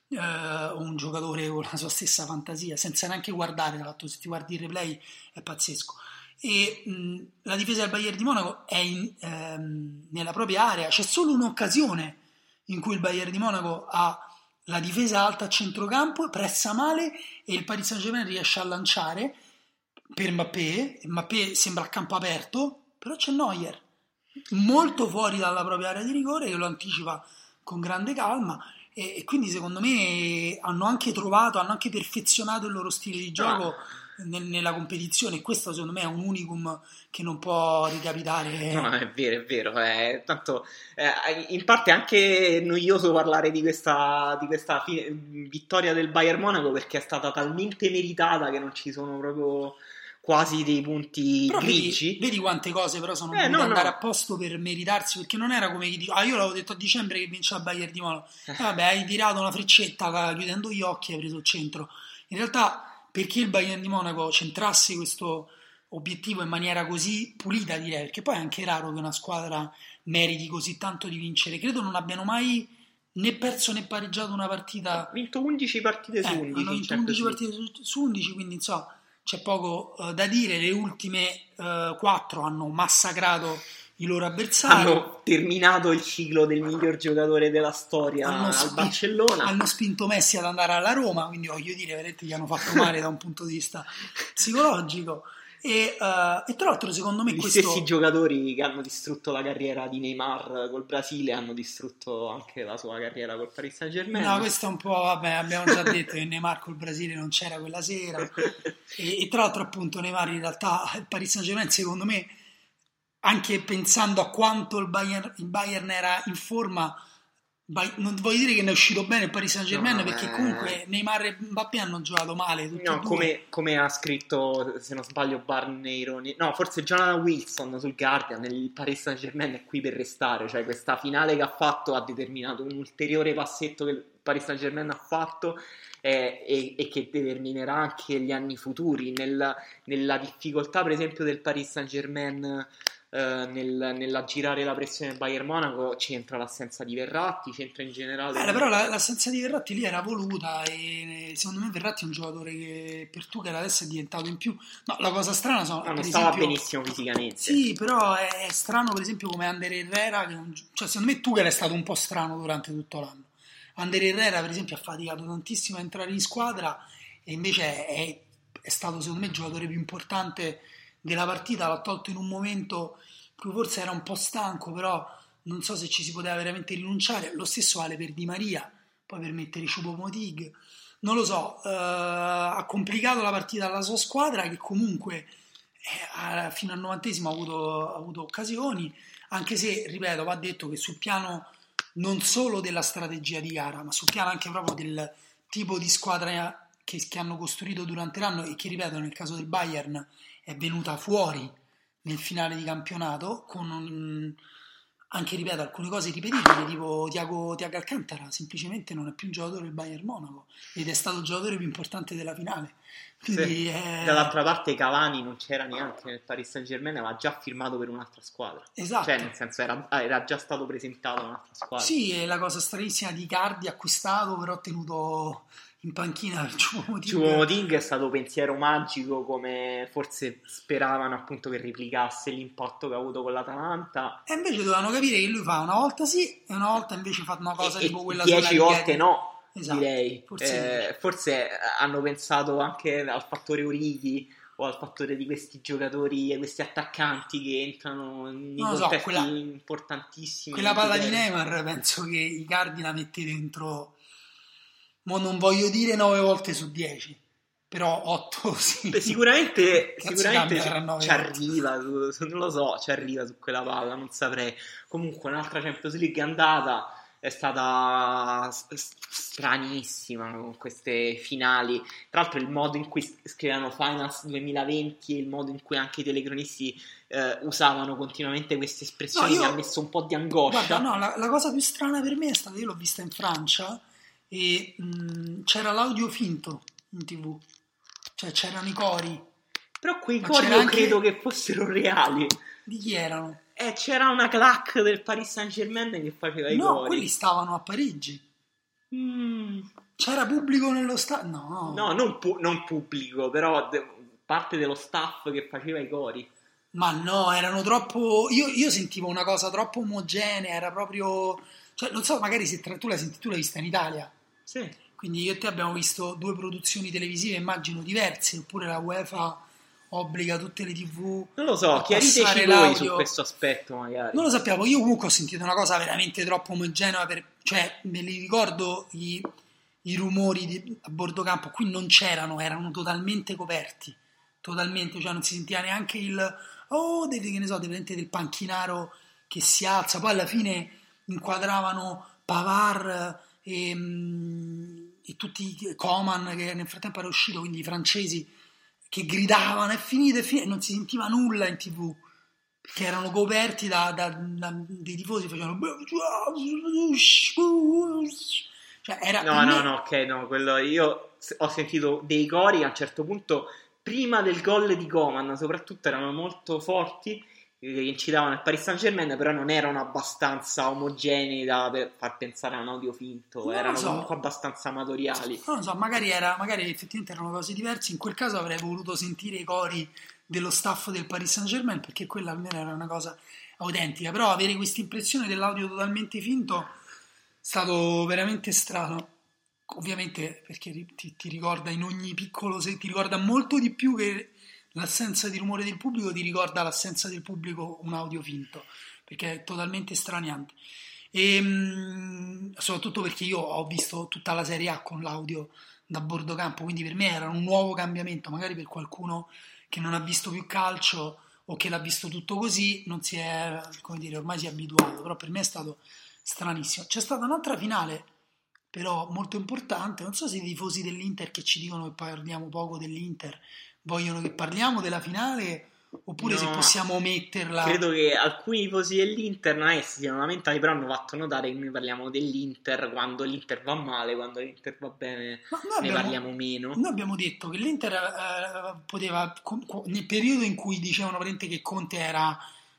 Uh, un giocatore con la sua stessa fantasia, senza neanche guardare. Tra l'altro, se ti guardi il replay è pazzesco. E mh, la difesa del Bayern di Monaco è in, ehm, nella propria area. C'è solo un'occasione in cui il Bayern di Monaco ha la difesa alta a centrocampo, pressa male e il Paris Saint-Germain riesce a lanciare per Mbappé. Mbappé sembra a campo aperto, però c'è Neuer molto fuori dalla propria area di rigore che lo anticipa con grande calma. E quindi secondo me hanno anche trovato, hanno anche perfezionato il loro stile di gioco no. nel, nella competizione, e questo secondo me è un unicum che non può ricapitare. No, è vero, è vero, è, tanto eh, in parte è anche noioso parlare di questa, di questa fi- vittoria del Bayern Monaco, perché è stata talmente meritata che non ci sono proprio quasi dei punti però grigi. Vedi, vedi quante cose però sono eh, dovute no, andare no. a posto per meritarsi, perché non era come chi dico, ah io l'avevo detto a dicembre che vinceva il Bayern di Monaco, eh, vabbè hai tirato una freccetta chiudendo gli occhi e hai preso il centro. In realtà, perché il Bayern di Monaco centrasse questo obiettivo in maniera così pulita, direi, perché poi è anche raro che una squadra meriti così tanto di vincere. Credo non abbiano mai né perso né pareggiato una partita. Ha vinto undici partite su eh, undici, hanno vinto undici partite su, su undici, quindi insomma c'è poco uh, da dire. Le ultime uh, quattro hanno massacrato i loro avversari, hanno terminato il ciclo del miglior giocatore della storia hanno al spi- Barcellona, hanno spinto Messi ad andare alla Roma, quindi voglio dire, veramente gli hanno fatto male da un punto di vista psicologico. E, uh, e tra l'altro secondo me gli questo... stessi giocatori che hanno distrutto la carriera di Neymar col Brasile hanno distrutto anche la sua carriera col Paris Saint-Germain. No, questo è un po', vabbè, abbiamo già detto che Neymar col Brasile non c'era quella sera. e, e tra l'altro appunto Neymar in realtà il Paris Saint-Germain secondo me, anche pensando a quanto il Bayern, il Bayern era in forma, non voglio dire che ne è uscito bene il Paris Saint-Germain, no, perché comunque Neymar e Mbappé hanno giocato male tutti no, e due. Come, come ha scritto, se non sbaglio, Barney Roney, no, forse Jonathan Wilson sul Guardian, il Paris Saint-Germain è qui per restare, cioè questa finale che ha fatto ha determinato un ulteriore passetto che il Paris Saint-Germain ha fatto eh, e, e che determinerà anche gli anni futuri. Nel, nella difficoltà per esempio del Paris Saint-Germain eh, nel, nella girare la pressione del Bayern Monaco c'entra l'assenza di Verratti, c'entra in generale... Eh, però la, l'assenza di Verratti lì era voluta e secondo me Verratti è un giocatore che per Tuchel adesso è diventato in più. No, la cosa strana sono... No, non per stava esempio, benissimo fisicamente. Sì, però è, è strano per esempio come Ander Herrera, che è un, cioè secondo me Tuchel è stato un po' strano durante tutto l'anno. Ander Herrera per esempio ha faticato tantissimo a entrare in squadra e invece è, è stato secondo me il giocatore più importante della partita, l'ha tolto in un momento in cui forse era un po' stanco, però non so se ci si poteva veramente rinunciare. Lo stesso vale per Di Maria, poi per mettere Choupo-Moting, non lo so, eh, ha complicato la partita alla sua squadra che comunque eh, fino al novantesimo ha avuto, ha avuto occasioni, anche se, ripeto, va detto che sul piano non solo della strategia di gara, ma sul piano anche proprio del tipo di squadra che, che hanno costruito durante l'anno e che, ripeto, nel caso del Bayern è venuta fuori nel finale di campionato con un, anche, ripeto, alcune cose ripetibili, tipo Thiago, Thiago Alcantara semplicemente non è più un giocatore del Bayern Monaco ed è stato il giocatore più importante della finale. Quindi sì. è... Dall'altra parte Cavani non c'era neanche nel Paris Saint-Germain, aveva già firmato per un'altra squadra. Esatto. Cioè nel senso era, era già stato presentato a un'altra squadra. Sì, è la cosa stranissima di Icardi acquistato però tenuto in panchina per Choupo-Moting. Choupo-Moting è stato pensiero magico, come forse speravano appunto che replicasse l'impatto che ha avuto con l'Atalanta. E invece dovevano capire che lui fa una volta sì e una volta invece fa una cosa e, tipo quella dieci volte no. Esatto, direi forse, eh, forse hanno pensato anche al fattore Origi o al fattore di questi giocatori, questi attaccanti che entrano nei non contesti so, quella, importantissimi. Quella palla di Neymar penso che Icardi la mette dentro, mo non voglio dire nove volte su dieci, però otto sì. Beh, sicuramente sicuramente ci, ci arriva su, su, non lo so, ci arriva su quella palla, non saprei. Comunque un'altra Champions League è andata, è stata stranissima con queste finali. Tra l'altro il modo in cui scrivevano Finals duemilaventi e il modo in cui anche i telecronisti eh, usavano continuamente queste espressioni no, io... mi ha messo un po' di angoscia. Guarda, no, la, la cosa più strana per me è stata, io l'ho vista in Francia e mh, c'era l'audio finto in tv, cioè c'erano i cori. Però quei cori io anche... credo che fossero reali. Di chi erano? Eh, c'era una clac del Paris Saint-Germain che faceva i no, cori. No, quelli stavano a Parigi. Mm. C'era pubblico nello stadio? No. No, non, pu- non pubblico, però de- parte dello staff che faceva i cori. Ma no, erano troppo... Io, io sentivo una cosa troppo omogenea, era proprio... Cioè, non so, magari se tra... tu l'hai sentito, tu l'hai vista in Italia. Sì. Quindi io e te abbiamo visto due produzioni televisive, immagino, diverse, oppure la UEFA... obbliga tutte le tv. Non lo so, chiariteci voi su questo aspetto magari. Non lo sappiamo, io comunque ho sentito una cosa veramente troppo omogenea, per, cioè me li ricordo i, i rumori di, a bordo campo, qui non c'erano, erano totalmente coperti, totalmente, cioè non si sentiva neanche il oh, dei, che ne so, dei, del panchinaro che si alza, poi alla fine inquadravano Pavard e, e tutti Coman che nel frattempo era uscito, quindi i francesi che gridavano è finito, è finito, e non si sentiva nulla in tv perché erano coperti da, da, da dei tifosi facevano cioè era no no me... no ok no quello io ho sentito dei cori a un certo punto prima del gol di Coman, soprattutto erano molto forti che incitavano il Paris Saint-Germain, però non erano abbastanza omogenei da per far pensare a un audio finto, non erano so. comunque abbastanza amatoriali. Non lo so, magari, era, magari effettivamente erano cose diverse, in quel caso avrei voluto sentire i cori dello staff del Paris Saint-Germain, perché quella almeno era una cosa autentica, però avere questa impressione dell'audio totalmente finto è stato veramente strano, ovviamente perché ti, ti ricorda in ogni piccolo, se ti ricorda molto di più che l'assenza di rumore del pubblico, ti ricorda l'assenza del pubblico un audio finto, perché è totalmente straniante. E mh, soprattutto perché io ho visto tutta la Serie A con l'audio da bordo campo, quindi per me era un nuovo cambiamento, magari per qualcuno che non ha visto più calcio o che l'ha visto tutto così non si è, come dire, ormai si è abituato, però per me è stato stranissimo. C'è stata un'altra finale però molto importante, non so se i tifosi dell'Inter che ci dicono che parliamo poco dell'Inter vogliono che parliamo della finale oppure no, se possiamo ometterla. Credo che alcuni tifosi dell'Inter non è che si siano lamentati, però hanno fatto notare che noi parliamo dell'Inter quando l'Inter va male, quando l'Inter va bene abbiamo, ne parliamo meno. Noi abbiamo detto che l'Inter eh, poteva, nel periodo in cui dicevano che Conte era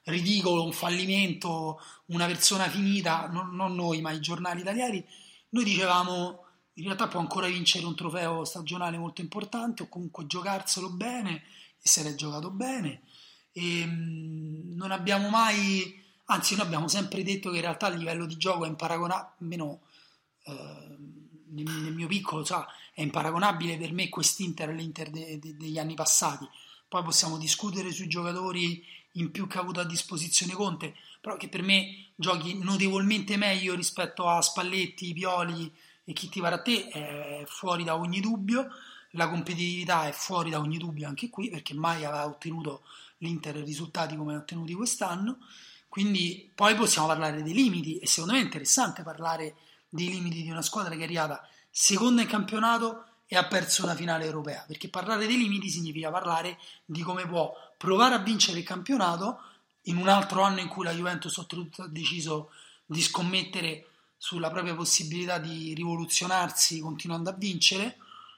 ridicolo, un fallimento, una persona finita, non, non noi ma i giornali italiani. Noi dicevamo in realtà può ancora vincere un trofeo stagionale molto importante o comunque giocarselo bene, e se l'è giocato bene, e mh, non abbiamo mai, anzi noi abbiamo sempre detto che in realtà il livello di gioco è imparagonabile, almeno eh, nel, nel mio piccolo, cioè, è imparagonabile per me quest'Inter all'Inter de, de, degli anni passati. Poi possiamo discutere sui giocatori in più che ha avuto a disposizione Conte, però che per me giochi notevolmente meglio rispetto a Spalletti, Pioli e chi ti pare a te è fuori da ogni dubbio. La competitività è fuori da ogni dubbio anche qui, perché mai aveva ottenuto l'Inter risultati come ha ottenuti quest'anno. Quindi poi possiamo parlare dei limiti, e secondo me è interessante parlare dei limiti di una squadra che è arrivata seconda in campionato e ha perso una finale europea, perché parlare dei limiti significa parlare di come può provare a vincere il campionato in un altro anno in cui la Juventus oltretutto ha deciso di scommettere sulla propria possibilità di rivoluzionarsi continuando a vincere,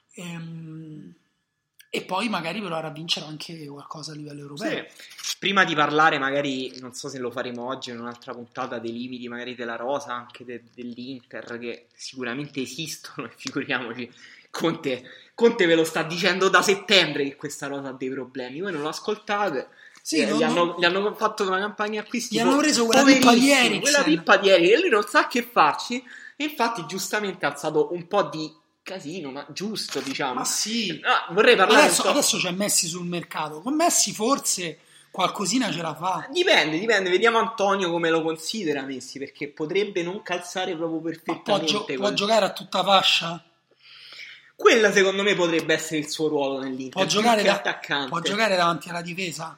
ehm, e poi magari provare a vincere anche qualcosa a livello europeo. Sì. Prima di parlare, magari, non so se lo faremo oggi in un'altra puntata, dei limiti magari della rosa, anche de- dell'Inter, che sicuramente esistono, e figuriamoci, Conte, Conte ve lo sta dicendo da settembre che questa rosa ha dei problemi, voi non lo ascoltate. Sì, eh, non, gli, hanno, gli hanno fatto una campagna acquisti, gli hanno preso quella pippa di Eriksen, quella pippa di Eriksen, e lui non sa che farci, e infatti giustamente ha alzato un po' di casino, ma giusto, diciamo. Ma sì, ah, vorrei parlare adesso, un po'... adesso c'è Messi sul mercato, con Messi forse qualcosina ce la fa. Dipende, dipende, vediamo Antonio come lo considera Messi, perché potrebbe non calzare proprio perfettamente. Ma può, gio- può giocare a tutta fascia? Quella secondo me potrebbe essere il suo ruolo nell'Inter. Può giocare, da- può giocare davanti alla difesa?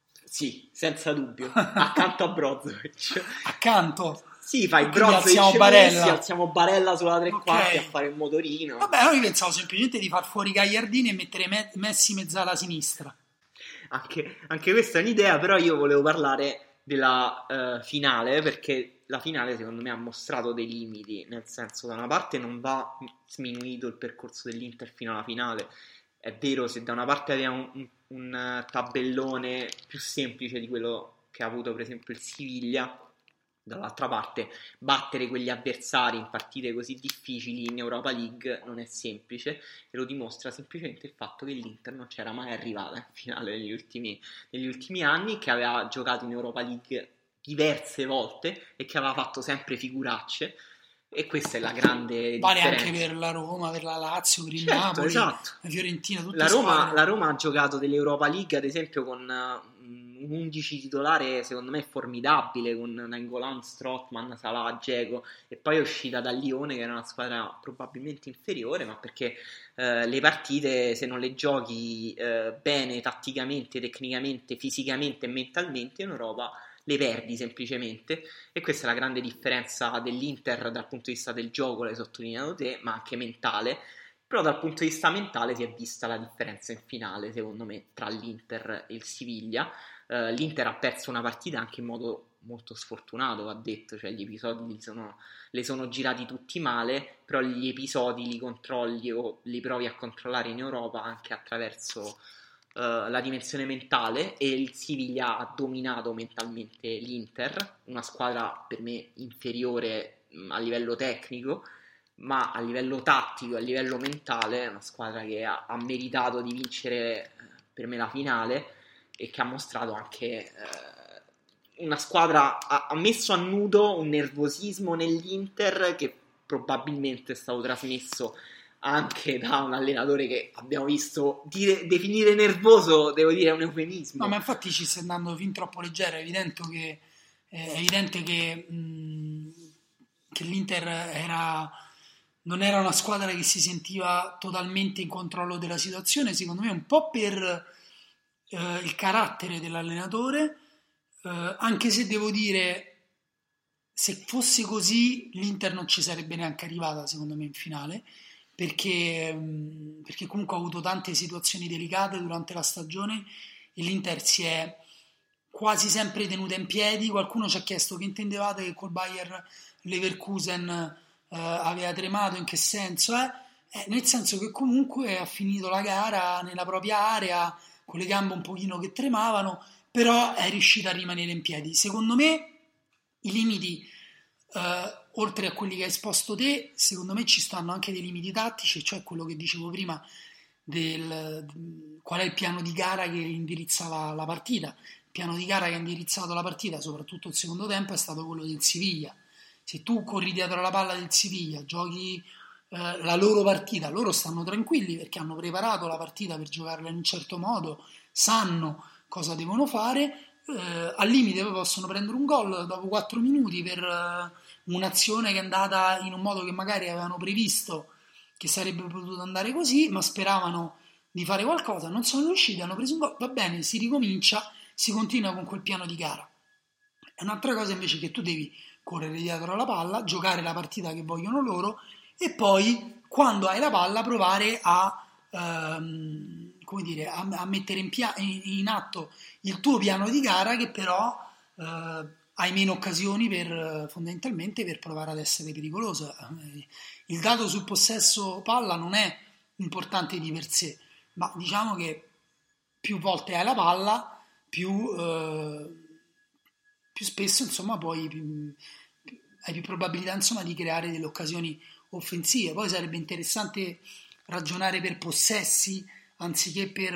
Sì, senza dubbio, accanto a Brozovic. Accanto? Sì, fai Brozovic, alziamo Barella. Messi, alziamo Barella sulla tre Okay. quarti a fare il motorino. Vabbè, noi pensavo semplicemente di far fuori Gagliardini e mettere Me- Messi mezzala a sinistra. Anche, anche questa è un'idea, però io volevo parlare della uh, finale, perché la finale secondo me ha mostrato dei limiti, nel senso, da una parte non va sminuito il percorso dell'Inter fino alla finale. È vero, se da una parte abbiamo un, un tabellone più semplice di quello che ha avuto per esempio il Siviglia, dall'altra parte battere quegli avversari in partite così difficili in Europa League non è semplice, e lo dimostra semplicemente il fatto che l'Inter non c'era mai arrivata in finale negli ultimi, negli ultimi anni, che aveva giocato in Europa League diverse volte e che aveva fatto sempre figuracce. E questa è la grande vale differenza. Anche per la Roma, per la Lazio, per il certo, Napoli, esatto. la Fiorentina, tutte la Roma, squadre. la Roma ha giocato dell'Europa League ad esempio con uh, un undici titolare secondo me formidabile, con Nainggolan, Strootman, Salah, Dzeko, e poi è uscita dal Lione, che era una squadra probabilmente inferiore, ma perché uh, le partite, se non le giochi uh, bene tatticamente, tecnicamente, fisicamente e mentalmente in Europa, le perdi semplicemente. E questa è la grande differenza dell'Inter dal punto di vista del gioco, l'hai sottolineato te, ma anche mentale. Però dal punto di vista mentale si è vista la differenza in finale, secondo me, tra l'Inter e il Siviglia. Uh, L'Inter ha perso una partita anche in modo molto sfortunato, va detto, cioè gli episodi li sono, le sono girati tutti male, però gli episodi li controlli o li provi a controllare in Europa anche attraverso Uh, la dimensione mentale, e il Siviglia ha dominato mentalmente l'Inter, una squadra per me inferiore mh, a livello tecnico, ma a livello tattico, a livello mentale, una squadra che ha, ha meritato di vincere uh, per me la finale, e che ha mostrato anche uh, una squadra, ha, ha messo a nudo un nervosismo nell'Inter che probabilmente è stato trasmesso anche da un allenatore che abbiamo visto dire, definire nervoso, devo dire è un eufemismo. No, ma infatti ci stai andando fin troppo leggero. È evidente che, è evidente che, mh, che l'Inter era, non era una squadra che si sentiva totalmente in controllo della situazione, secondo me un po' per eh, il carattere dell'allenatore, eh, anche se devo dire, se fosse così l'Inter non ci sarebbe neanche arrivata secondo me in finale, perché, perché comunque ha avuto tante situazioni delicate durante la stagione e l'Inter si è quasi sempre tenuta in piedi. Qualcuno ci ha chiesto che intendevate che col Bayer Leverkusen eh, aveva tremato, in che senso? Eh? Eh, nel senso che comunque ha finito la gara nella propria area con le gambe un pochino che tremavano, però è riuscita a rimanere in piedi. Secondo me i limiti, eh, oltre a quelli che hai esposto te, secondo me ci stanno anche dei limiti tattici, cioè quello che dicevo prima del qual è il piano di gara che indirizza la, la partita. Il piano di gara che ha indirizzato la partita, soprattutto il secondo tempo, è stato quello del Siviglia. Se tu corri dietro alla palla del Siviglia, giochi eh, la loro partita, loro stanno tranquilli perché hanno preparato la partita per giocarla in un certo modo, sanno cosa devono fare, eh, al limite poi possono prendere un gol dopo quattro minuti per eh, un'azione che è andata in un modo che magari avevano previsto che sarebbe potuto andare così, ma speravano di fare qualcosa, non sono riusciti, hanno preso un gol, va bene, si ricomincia, si continua con quel piano di gara. È un'altra cosa invece che tu devi correre dietro alla palla, giocare la partita che vogliono loro e poi quando hai la palla provare a, ehm, come dire, a, a mettere in, pia- in, in atto il tuo piano di gara che però eh, hai meno occasioni per fondamentalmente per provare ad essere pericoloso. Il dato sul possesso palla non è importante di per sé, ma diciamo che più volte hai la palla, più, eh, più spesso insomma poi più, più, hai più probabilità insomma di creare delle occasioni offensive. Poi sarebbe interessante ragionare per possessi anziché per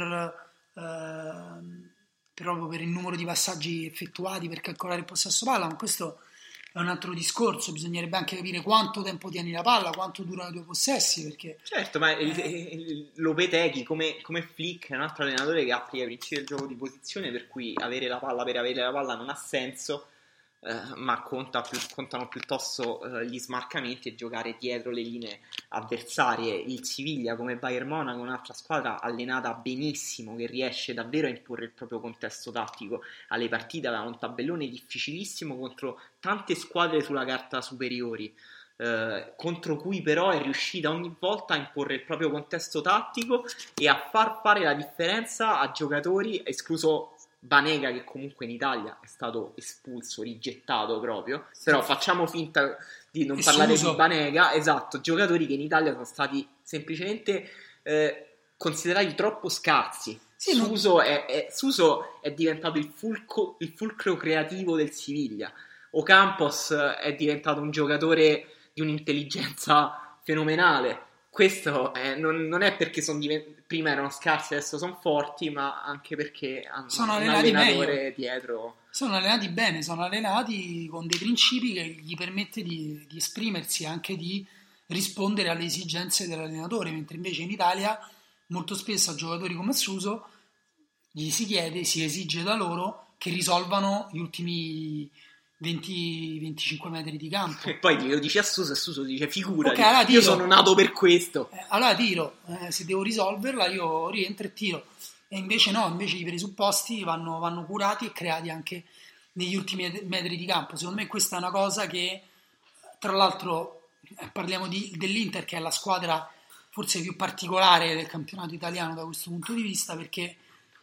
eh, proprio per il numero di passaggi effettuati per calcolare il possesso palla, ma questo è un altro discorso. Bisognerebbe anche capire quanto tempo tieni la palla, quanto durano i tuoi possessi, perché certo, ma il, eh, il, Lopeteghi come, come Flick è un altro allenatore che applica i principi del gioco di posizione, per cui avere la palla per avere la palla non ha senso, eh, ma conta più, contano piuttosto eh, gli smarcamenti e giocare dietro le linee avversarie. Il Siviglia come Bayern Monaco è un'altra squadra allenata benissimo, che riesce davvero a imporre il proprio contesto tattico alle partite, aveva un tabellone difficilissimo contro tante squadre sulla carta superiori, eh, contro cui però è riuscita ogni volta a imporre il proprio contesto tattico e a far fare la differenza a giocatori, escluso Banega che comunque in Italia è stato espulso, rigettato proprio, però facciamo finta di non E parlare Suso. di Banega, esatto, giocatori che in Italia sono stati semplicemente eh, considerati troppo scarsi. Sì, non- Suso, è, è, Suso è diventato il, fulco, il fulcro creativo del Siviglia. Ocampos è diventato un giocatore di un'intelligenza fenomenale. Questo è, non, non è perché son divent- prima erano scarsi, adesso sono forti, ma anche perché hanno sono un allenati allenatore meglio, dietro. sono allenati bene, sono allenati con dei principi che gli permette di, di esprimersi, anche di rispondere alle esigenze dell'allenatore, mentre invece in Italia molto spesso a giocatori come Suso gli si chiede, si esige da loro che risolvano gli ultimi venti venticinque metri di campo. E poi glielo dice a Suso e Suso dice figurati, Ok, allora io tiro. sono nato per questo. Eh, allora tiro, eh, se devo risolverla io rientro e tiro. E invece no, invece i presupposti vanno, vanno curati e creati anche negli ultimi metri di campo. Secondo me questa è una cosa che, tra l'altro, eh, parliamo di, dell'Inter, che è la squadra forse più particolare del campionato italiano da questo punto di vista, perché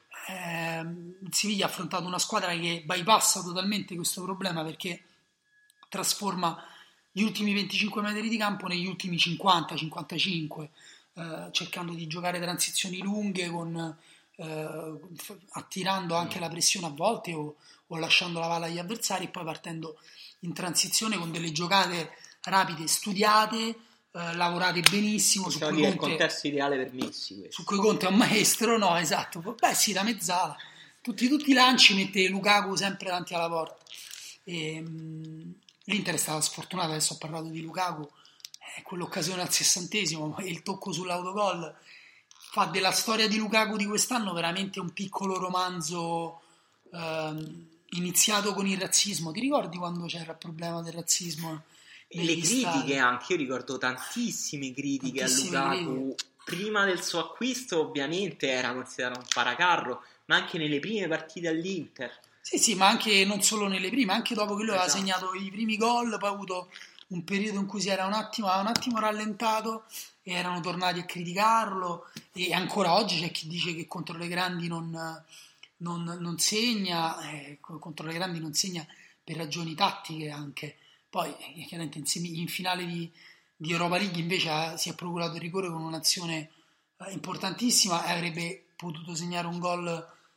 ehm, il Siviglia ha affrontato una squadra che bypassa totalmente questo problema, perché trasforma gli ultimi venticinque metri di campo negli ultimi cinquanta cinquantacinque, eh, cercando di giocare transizioni lunghe con, eh, attirando anche la pressione a volte o, o lasciando la palla agli avversari e poi partendo in transizione con delle giocate rapide, studiate, eh, lavorate benissimo. Su Possiamo cui dire il Conte, contesto ideale per Messi questo. su cui Conte è un maestro, no, esatto, beh sì, da mezzala, tutti, tutti i lanci mette Lukaku sempre davanti alla porta. E, mh, l'Inter è stata sfortunata, adesso ho parlato di Lukaku, eh, quell'occasione al sessantesimo e il tocco sull'autogol fa della storia di Lukaku di quest'anno veramente un piccolo romanzo ehm, iniziato con il razzismo. Ti ricordi quando c'era il problema del razzismo? E le critiche anche, io ricordo tantissime critiche Tantissime a Lukaku. critiche. Prima del suo acquisto ovviamente era considerato un paracarro, ma anche nelle prime partite all'Inter. Sì, sì, ma anche non solo nelle prime, anche dopo che lui aveva Esatto. segnato i primi gol, poi ha avuto un periodo in cui si era un attimo, un attimo rallentato e erano tornati a criticarlo, e ancora oggi c'è chi dice che contro le grandi non, non, non segna, eh, contro le grandi non segna per ragioni tattiche anche. Poi eh, chiaramente in, semi, in finale di, di Europa League invece ha, si è procurato il rigore con un'azione eh, importantissima e avrebbe potuto segnare un gol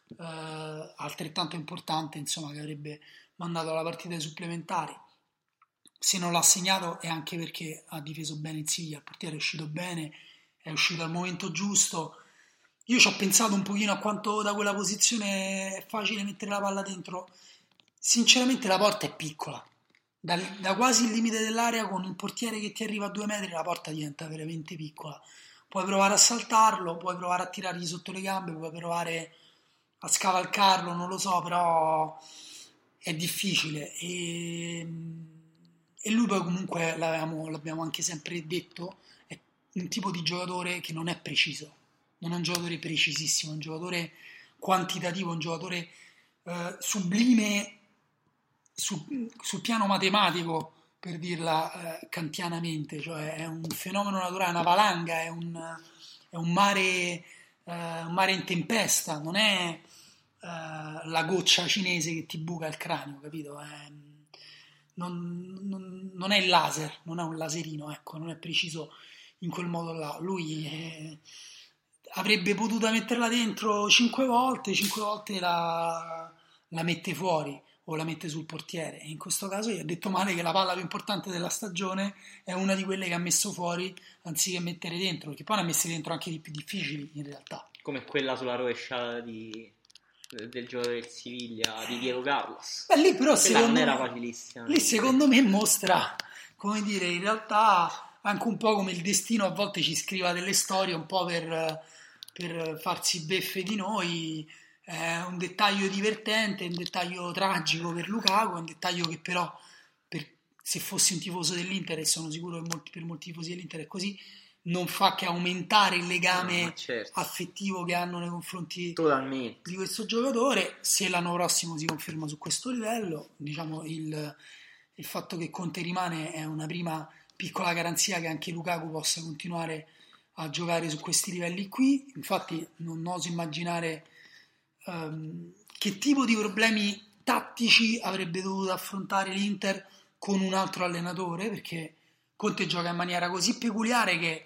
eh, altrettanto importante, insomma, che avrebbe mandato la partita ai supplementari. Se non l'ha segnato è anche perché ha difeso bene il Siviglia, il portiere è uscito bene, è uscito al momento giusto. Io ci ho pensato un pochino a quanto da quella posizione è facile mettere la palla dentro. Sinceramente la porta è piccola, da, da quasi il limite dell'area, con il portiere che ti arriva a due metri la porta diventa veramente piccola. Puoi provare a saltarlo, puoi provare a tirargli sotto le gambe, puoi provare a scavalcarlo, non lo so, però è difficile. E, e lui poi comunque, l'avevamo, l'abbiamo anche sempre detto, è un tipo di giocatore che non è preciso, non è un giocatore precisissimo, è un giocatore quantitativo, un giocatore eh, sublime su, sul piano matematico, per dirla eh, kantianamente, cioè è un fenomeno naturale, una valanga, è un, è un mare, eh, un mare in tempesta, non è eh, la goccia cinese che ti buca il cranio, capito? È, non, non, non è il laser, non è un laserino, ecco, non è preciso in quel modo là. Lui è, avrebbe potuto metterla dentro cinque volte, cinque volte la, la mette fuori o la mette sul portiere, e in questo caso gli ha detto male che la palla più importante della stagione è una di quelle che ha messo fuori anziché mettere dentro, perché poi ne ha messe dentro anche di più difficili in realtà, come quella sulla rovesciata di, del gioco del Siviglia di Diego Carlos. Beh, lì però quella secondo non era me, facilissima, lì secondo me mostra, come dire, in realtà anche un po' come il destino a volte ci scriva delle storie un po' per, per farsi beffe di noi. È un dettaglio divertente, un dettaglio tragico per Lukaku, un dettaglio che però, per, se fossi un tifoso dell'Inter, e sono sicuro che molti, per molti tifosi dell'Inter è così, non fa che aumentare il legame no, certo. affettivo che hanno nei confronti Totalmente. di questo giocatore. Se l'anno prossimo si conferma su questo livello, diciamo il, il fatto che Conte rimane è una prima piccola garanzia che anche Lukaku possa continuare a giocare su questi livelli qui. Infatti non oso immaginare Um, che tipo di problemi tattici avrebbe dovuto affrontare l'Inter con un altro allenatore, perché Conte gioca in maniera così peculiare che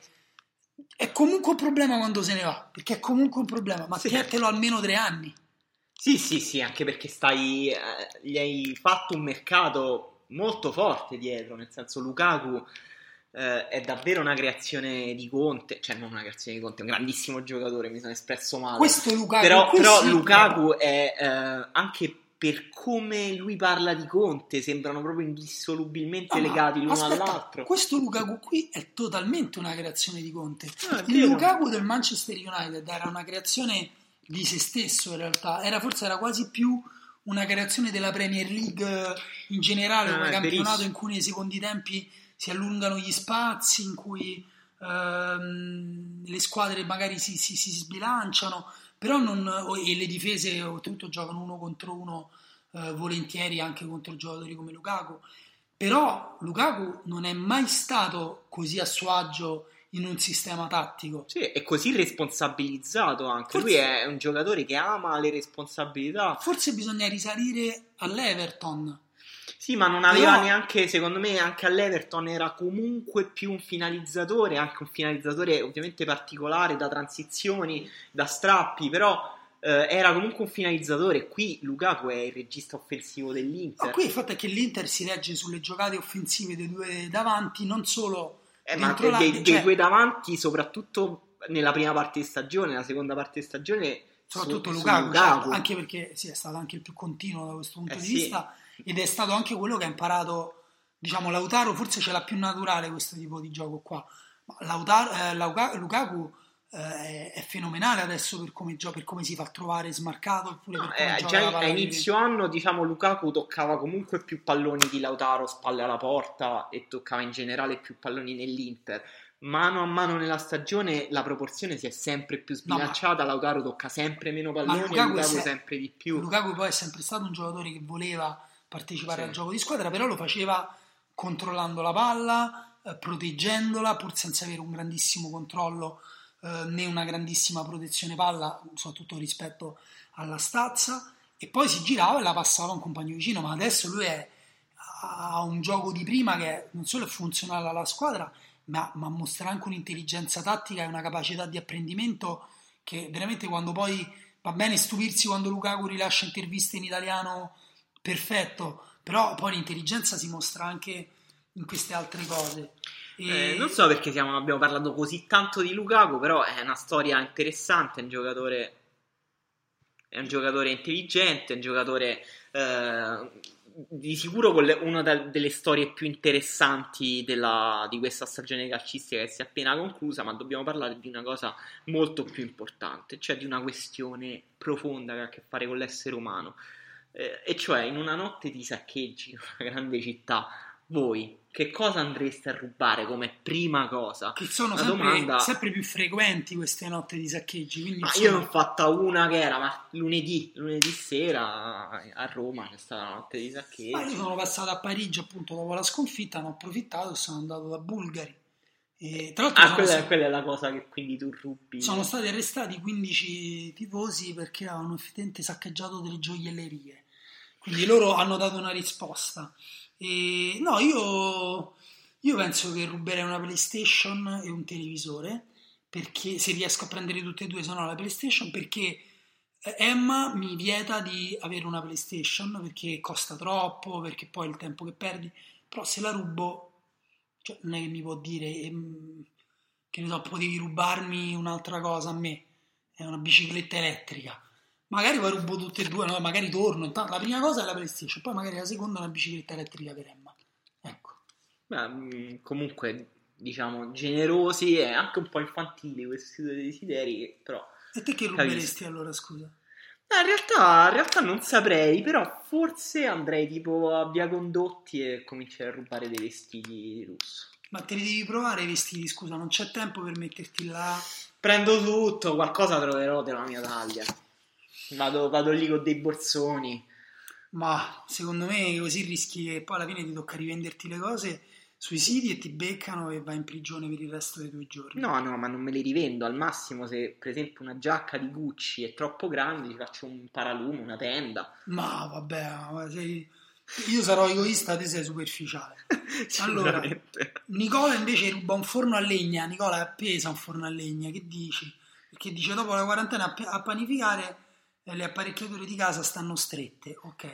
è comunque un problema quando se ne va, perché è comunque un problema, ma sì, tientelo almeno tre anni. Sì, sì, sì, anche perché stai eh, gli hai fatto un mercato molto forte dietro, nel senso Lukaku Uh, è davvero una creazione di Conte, cioè non una creazione di Conte, è un grandissimo giocatore, mi sono espresso male. Questo Lukaku, però, però sì, Lukaku è uh, anche per come lui parla di Conte, sembrano proprio indissolubilmente ah, legati l'uno aspetta, all'altro. Questo Lukaku qui è totalmente una creazione di Conte. Ah, il Lukaku del Manchester United era una creazione di se stesso in realtà, era forse era quasi più una creazione della Premier League in generale, ah, come campionato verissimo. In cui nei secondi tempi si allungano gli spazi, in cui ehm, le squadre magari si, si, si sbilanciano, però non, e le difese oltretutto giocano uno contro uno eh, volentieri anche contro giocatori come Lukaku, però Lukaku non è mai stato così a suo agio in un sistema tattico. Sì, è così responsabilizzato anche, forse, lui è un giocatore che ama le responsabilità. Forse bisogna risalire all'Everton. Sì, ma non aveva però, neanche, secondo me, anche all'Everton era comunque più un finalizzatore, anche un finalizzatore ovviamente particolare, da transizioni, da strappi, però eh, era comunque un finalizzatore. Qui Lukaku è il regista offensivo dell'Inter. Ma qui il fatto è che l'Inter si regge sulle giocate offensive dei due davanti, non solo eh, ma dei, dei, dei due davanti, soprattutto nella prima parte di stagione, nella seconda parte di stagione, soprattutto su, Lukaku, su Lukaku. Certo, anche perché sì, è stato anche il più continuo da questo punto eh, di sì. vista. Ed è stato anche quello che ha imparato, diciamo, Lautaro forse ce l'ha più naturale questo tipo di gioco qua, ma Lautaro, eh, Lukaku eh, è fenomenale adesso per come gioca, per come si fa trovare smarcato, oppure no, per come eh, gioca già la palla a inizio di... anno, diciamo, Lukaku toccava comunque più palloni di Lautaro, spalle alla porta, e toccava in generale più palloni nell'Inter. Mano a mano nella stagione la proporzione si è sempre più sbilanciata, no, ma... Lautaro tocca sempre meno palloni, Lukaku, Lukaku se... sempre di più. Lukaku poi è sempre stato un giocatore che voleva partecipare sì. al gioco di squadra, però lo faceva controllando la palla, eh, proteggendola, pur senza avere un grandissimo controllo eh, né una grandissima protezione palla, soprattutto rispetto alla stazza, e poi si girava e la passava a un compagno vicino. Ma adesso lui è, ha un gioco di prima che non solo è funzionale alla squadra, ma, ma mostra anche un'intelligenza tattica e una capacità di apprendimento che veramente, quando poi va bene stupirsi quando Lukaku rilascia interviste in italiano, perfetto, però poi l'intelligenza si mostra anche in queste altre cose. E... Eh, non so perché siamo, abbiamo parlato così tanto di Lukaku, però è una storia interessante, è un giocatore, è un giocatore intelligente, è un giocatore eh, di sicuro con le, una da, delle storie più interessanti della, di questa stagione calcistica che si è appena conclusa, ma dobbiamo parlare di una cosa molto più importante, cioè di una questione profonda che ha a che fare con l'essere umano, eh, e cioè in una notte di saccheggi in una grande città, voi che cosa andreste a rubare come prima cosa? Che sono una sempre, domanda... sempre più frequenti queste notti di saccheggi. Quindi ma insomma... io ne ho fatta una che era ma lunedì, lunedì sera a Roma, c'è stata la notte di saccheggi. Ma io sono passato a Parigi appunto dopo la sconfitta, ne ho approfittato e sono andato da Bulgari. E, tra l'altro ah, quella, stati... quella è la cosa che quindi tu rubi. Sono stati arrestati quindici tifosi perché avevano effettivamente saccheggiato delle gioiellerie. Quindi loro hanno dato una risposta. E, no, io, io penso che ruberei una PlayStation e un televisore, perché se riesco a prendere tutte e due, se no la PlayStation, perché Emma mi vieta di avere una PlayStation perché costa troppo, perché poi il tempo che perdi, però se la rubo, cioè, non è che mi può dire ehm, che ne so, potevi rubarmi un'altra cosa a me, è una bicicletta elettrica. Magari poi rubo tutte e due, no? Magari torno. Intanto, la prima cosa è la PlayStation, poi magari la seconda è una bicicletta elettrica per Emma. Ecco. Beh, comunque, diciamo, generosi e anche un po' infantili questi due desideri, però... E te che ruberesti allora, scusa? No, in realtà, in realtà non saprei, però forse andrei tipo a Via Condotti e comincerei a rubare dei vestiti di lusso. Ma te li devi provare i vestiti, scusa, non c'è tempo per metterti là? Prendo tutto, qualcosa troverò della mia taglia. Vado, vado lì con dei borsoni. Ma secondo me così rischi che poi alla fine ti tocca rivenderti le cose sui siti e ti beccano e vai in prigione per il resto dei tuoi giorni. No, no, ma non me li rivendo. Al massimo, se per esempio una giacca di Gucci è troppo grande, ci faccio un paralume, una tenda. Ma vabbè, sei... io sarò egoista, te sei superficiale. Allora, Nicola invece ruba un forno a legna. Nicola è appesa un forno a legna, che dici? Perché dice dopo la quarantena a panificare le apparecchiature di casa stanno strette, ok.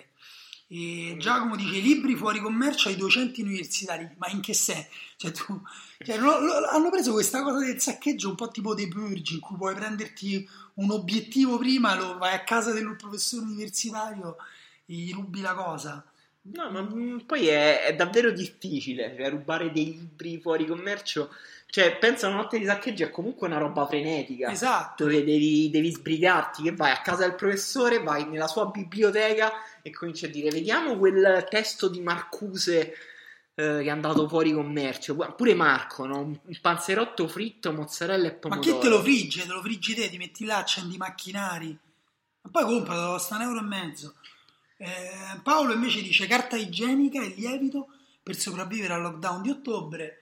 E Giacomo dice libri fuori commercio ai docenti universitari, ma in che senso? Cioè, tu, cioè, lo, lo, hanno preso questa cosa del saccheggio un po' tipo dei purgi, in cui puoi prenderti un obiettivo prima, lo vai a casa del professore universitario e gli rubi la cosa. No, ma poi è, è davvero difficile, cioè rubare dei libri fuori commercio. Cioè, pensa a una notte di saccheggi è comunque una roba frenetica. Esatto. Dove devi, devi sbrigarti, che vai a casa del professore, vai nella sua biblioteca e cominci a dire vediamo quel testo di Marcuse eh, che è andato fuori commercio. Pure Marco, no? Un panzerotto fritto, mozzarella e pomodoro. Ma chi te lo frigge? Te lo friggi te, ti metti là, accendi i macchinari. Ma poi compratelo, costa un euro e mezzo. Eh, Paolo invece dice carta igienica e lievito per sopravvivere al lockdown di ottobre.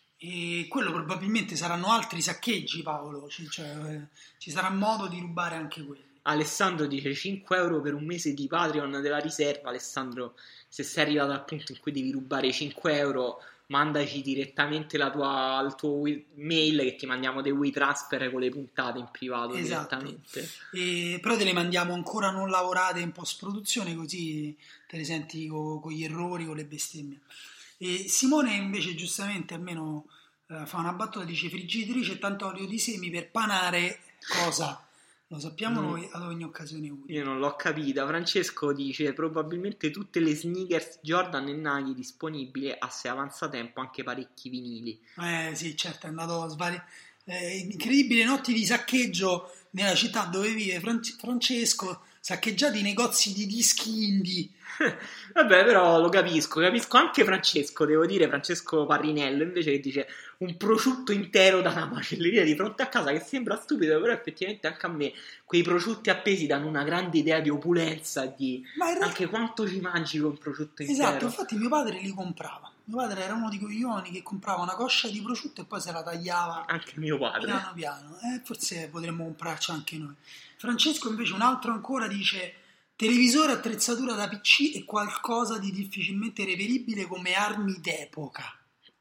E quello probabilmente saranno altri saccheggi, Paolo, cioè, ci sarà modo di rubare anche quelli. Alessandro dice cinque euro per un mese di Patreon della riserva. Alessandro, se sei arrivato al punto in cui devi rubare cinque euro, mandaci direttamente la tua, il tuo mail che ti mandiamo dei WeTransfer con le puntate in privato. Esatto. Direttamente. E, però te le mandiamo ancora non lavorate in post produzione, così te le senti con, con gli errori, con le bestemmie. E Simone invece giustamente almeno eh, fa una battuta, dice friggitrice e tanto olio di semi per panare cosa? Lo sappiamo mm. noi ad ogni occasione utile. Io non l'ho capita. Francesco dice probabilmente tutte le sneakers Jordan e Nike disponibili, a se avanza tempo anche parecchi vinili. Eh sì, certo, è andato a svari... Eh, incredibile notti di saccheggio nella città dove vive Fran- Francesco, saccheggiati i negozi di dischi indie. Vabbè, però lo capisco, capisco anche Francesco, devo dire, Francesco Parrinello, invece che dice un prosciutto intero da una macelleria di fronte a casa, che sembra stupido, però effettivamente anche a me quei prosciutti appesi danno una grande idea di opulenza, di realtà... anche quanto ci mangi con prosciutto intero. Esatto, infatti mio padre li comprava. Mio padre era uno di quei coglioni che comprava una coscia di prosciutto e poi se la tagliava. Anche mio padre. Piano piano. Eh, forse potremmo comprarci anche noi. Francesco invece un altro ancora dice televisore, attrezzatura da P C e qualcosa di difficilmente reperibile come armi d'epoca.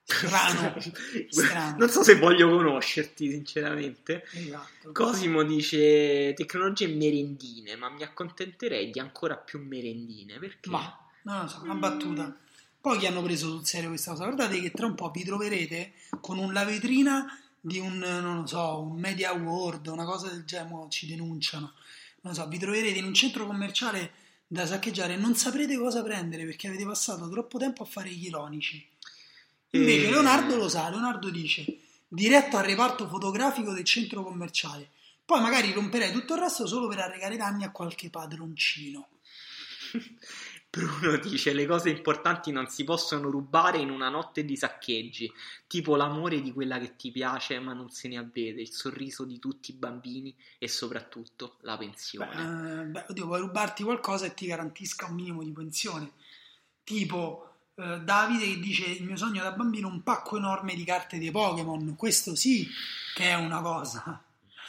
strano, strano. Non so se voglio conoscerti, sinceramente. Esatto. Cosimo dice tecnologie e merendine, ma mi accontenterei di ancora più merendine, perché? Ma, non lo so, una battuta. Pochi hanno preso sul serio questa cosa. Guardate che tra un po' vi troverete con un la vetrina di un, non lo so, un Media World, una cosa del genere, mo ci denunciano. Non so, vi troverete in un centro commerciale da saccheggiare e non saprete cosa prendere perché avete passato troppo tempo a fare gli ironici. Invece E- Leonardo lo sa, Leonardo dice diretto al reparto fotografico del centro commerciale, poi magari romperei tutto il resto solo per arrecare danni a qualche padroncino. Bruno dice le cose importanti non si possono rubare in una notte di saccheggi, tipo l'amore di quella che ti piace ma non se ne avvede, il sorriso di tutti i bambini e soprattutto la pensione. Beh, eh, beh, oddio, puoi rubarti qualcosa e ti garantisca un minimo di pensione, tipo eh, Davide che dice il mio sogno da bambino un pacco enorme di carte dei Pokémon, questo sì che è una cosa.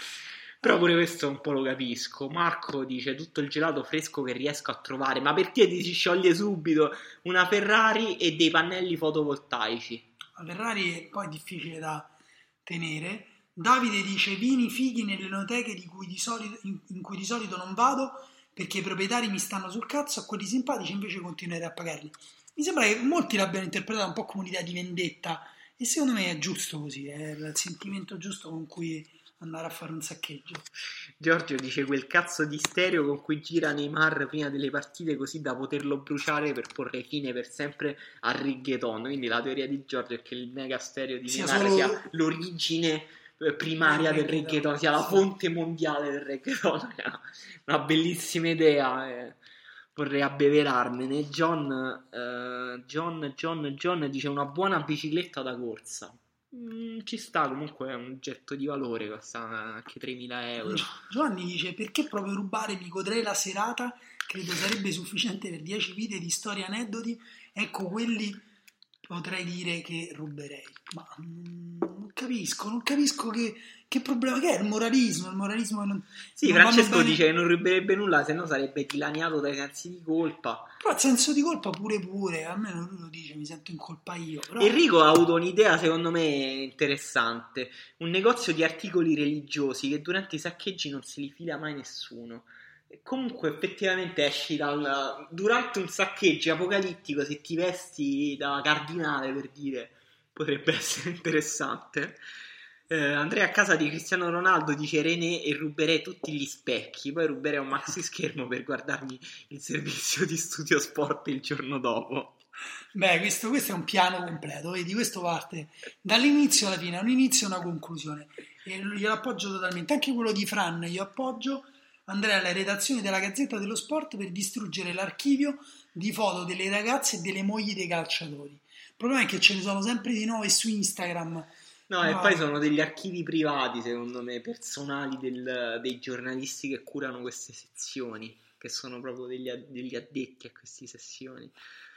Però pure questo un po' lo capisco. Marco dice tutto il gelato fresco che riesco a trovare, ma perché ti si scioglie subito una Ferrari e dei pannelli fotovoltaici? La Ferrari è poi difficile da tenere. Davide dice vini fighi nelle enoteche di cui di solito, in, in cui di solito non vado perché i proprietari mi stanno sul cazzo, a quelli simpatici invece continuerei a pagarli. Mi sembra che molti l'abbiano interpretata un po' come un'idea di vendetta e secondo me è giusto così, è il sentimento giusto con cui andare a fare un saccheggio. Giorgio dice quel cazzo di stereo con cui gira Neymar prima delle partite così da poterlo bruciare per porre fine per sempre al reggaeton. Quindi la teoria di Giorgio è che il mega stereo di Sia Neymar solo- sia l'origine eh, primaria del Reggaeton, reggaeton, sia la sì. fonte mondiale del reggaeton. È una- una bellissima idea. eh. Vorrei abbeverarmene. John, eh, John, John, John dice una buona bicicletta da corsa. Mm, ci sta, comunque è un oggetto di valore, costa anche tremila euro. Giovanni dice perché proprio rubare mi godrei la serata, credo sarebbe sufficiente per dieci vite di storie e aneddoti, ecco quelli potrei dire che ruberei, ma mm, non capisco, non capisco che, che problema, che è il moralismo, il moralismo che non, Sì, non vanno Francesco bene. dice che non ruberebbe nulla, se no sarebbe dilaniato dai sensi di colpa. Però il senso di colpa pure pure, almeno lui lo dice, mi sento in colpa io, però Enrico ha avuto un'idea secondo me interessante, un negozio di articoli religiosi che durante i saccheggi non se li fila mai nessuno. E comunque effettivamente esci dal... durante un saccheggio apocalittico, se ti vesti da cardinale per dire, potrebbe essere interessante. Eh, Andrea a casa di Cristiano Ronaldo dice René e ruberei tutti gli specchi, poi ruberei un maxi schermo per guardarmi il servizio di Studio Sport il giorno dopo. beh, questo, questo è un piano completo, vedi, questo parte dall'inizio alla fine, un inizio e una conclusione, e glielo appoggio totalmente, anche quello di Fran, io appoggio, andrei alla redazione della Gazzetta dello Sport per distruggere l'archivio di foto delle ragazze e delle mogli dei calciatori. Il problema è che ce ne sono sempre di nuove su Instagram. No, e No. poi sono degli archivi privati, secondo me, personali del- dei giornalisti che curano queste sezioni, che sono proprio degli, a- degli addetti a queste sessioni.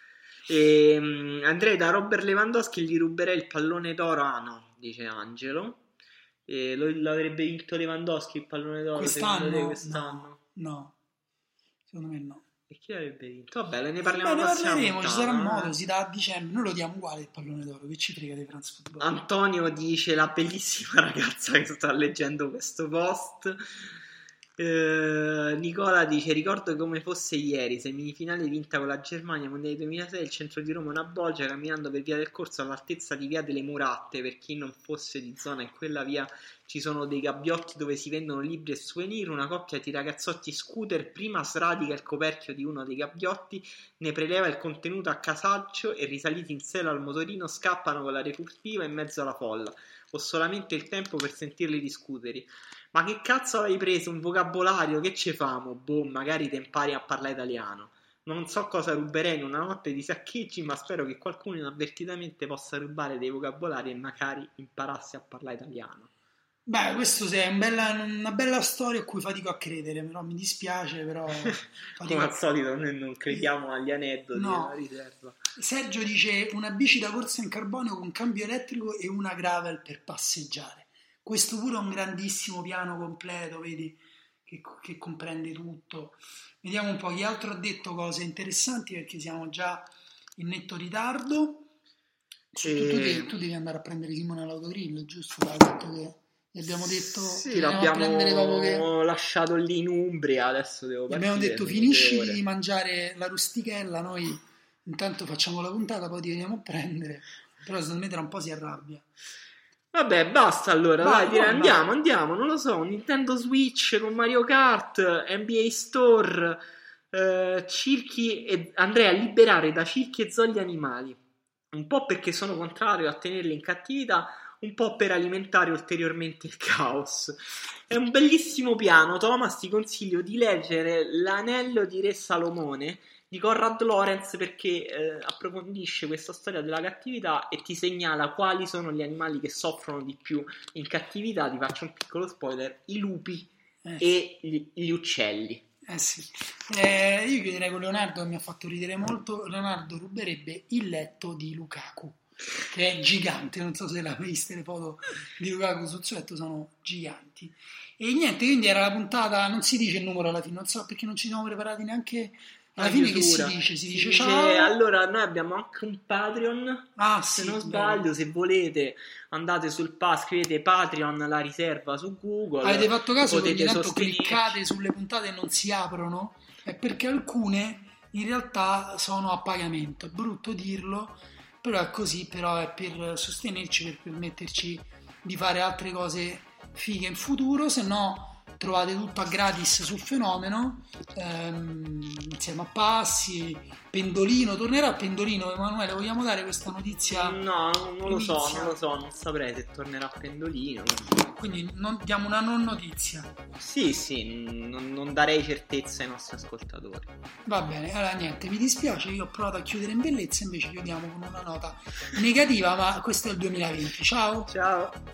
E, mm, andrei da Robert Lewandowski e gli ruberei il pallone d'oro. Ah no, dice Angelo. E lo, l'avrebbe vinto Lewandowski il pallone d'oro secondo te Quest'anno? quest'anno? No, no, secondo me no. E chi l'avrebbe vinto? Vabbè, ne parliamo Beh, ne la prossima parleremo, ci puntata, sarà eh. modo, si dà a dicembre, noi lo diamo uguale il pallone d'oro, che ci frega di France Football. Antonio dice la bellissima ragazza che sta leggendo questo post. Eh, Nicola dice ricordo come fosse ieri, semifinale vinta con la Germania mondiale duemilasei, il centro di Roma una bolgia, camminando per via del Corso all'altezza di via delle Muratte. Per chi non fosse di zona, in quella via ci sono dei gabbiotti dove si vendono libri e souvenir. Una coppia di ragazzotti scooter prima sradica il coperchio di uno dei gabbiotti, ne preleva il contenuto a casaccio e risaliti in sella al motorino scappano con la refurtiva in mezzo alla folla. Ho solamente il tempo per sentirli discutere. Ma che cazzo avevi preso? Un vocabolario? Che ce famo? Boh, magari te impari a parlare italiano. Non so cosa ruberei in una notte di saccheggi, ma spero che qualcuno inavvertitamente possa rubare dei vocabolari e magari imparasse a parlare italiano. Beh, questo è un bella, una bella storia a cui fatico a credere, però mi dispiace, però fatico Come a- al solito noi non crediamo agli aneddoti No. della riserva. Sergio dice una bici da corsa in carbonio con cambio elettrico e una gravel per passeggiare. Questo pure è un grandissimo piano completo, vedi, che, che comprende tutto. Vediamo un po' chi altro ha detto cose interessanti perché siamo già in netto ritardo. Sì, tu, tu, devi, tu devi andare a prendere Simone all'autogrill, giusto? L'ha detto che gli abbiamo detto sì, l'abbiamo che... lasciato lì in Umbria, adesso devo partire. Abbiamo detto finisci di mangiare la rustichella, noi intanto facciamo la puntata, poi ti veniamo a prendere, però secondo me tra un po' si arrabbia. Vabbè, basta allora, vai, dai, direi, vai, andiamo, vai. andiamo, non lo so, Nintendo Switch con Mario Kart, N B A Store, eh, circhi e Andrea, liberare da circhi e zoo gli animali, un po' perché sono contrario a tenerli in cattività, un po' per alimentare ulteriormente il caos. È un bellissimo piano, Thomas, ti consiglio di leggere L'anello di Re Salomone di Conrad Lorenz, perché eh, approfondisce questa storia della cattività e ti segnala quali sono gli animali che soffrono di più in cattività. Ti faccio un piccolo spoiler: i lupi eh. e gli, gli uccelli. Eh sì, eh, io chiuderei con Leonardo che mi ha fatto ridere molto. Leonardo ruberebbe il letto di Lukaku, che è gigante, non so se l'ha viste le foto di Lukaku sul suo letto, sono giganti. E niente, quindi era la puntata, non si dice il numero alla fine, non so perché non ci siamo preparati neanche alla fine. Che si dice? Si, si dice, dice ciao. Allora noi abbiamo anche un Patreon, ah, se sì, non sbaglio, beh. Se volete andate sul pass, scrivete Patreon la riserva su Google. Avete fatto caso che ogni tanto cliccate sulle puntate e non si aprono? È perché alcune in realtà sono a pagamento, è brutto dirlo, però è così, però è per sostenerci, per permetterci di fare altre cose fighe in futuro. Se no trovate tutto a gratis sul Fenomeno, ehm, insieme a Passi, Pendolino. Tornerà Pendolino, Emanuele? Vogliamo dare questa notizia? No, non lo so, non lo so, non saprei se tornerà Pendolino. Quindi non, diamo una non notizia. Sì, sì, non, non darei certezza ai nostri ascoltatori. Va bene, allora niente, mi dispiace, io ho provato a chiudere in bellezza, invece chiudiamo con una nota negativa, ma questo è il duemilaventi. Ciao! Ciao!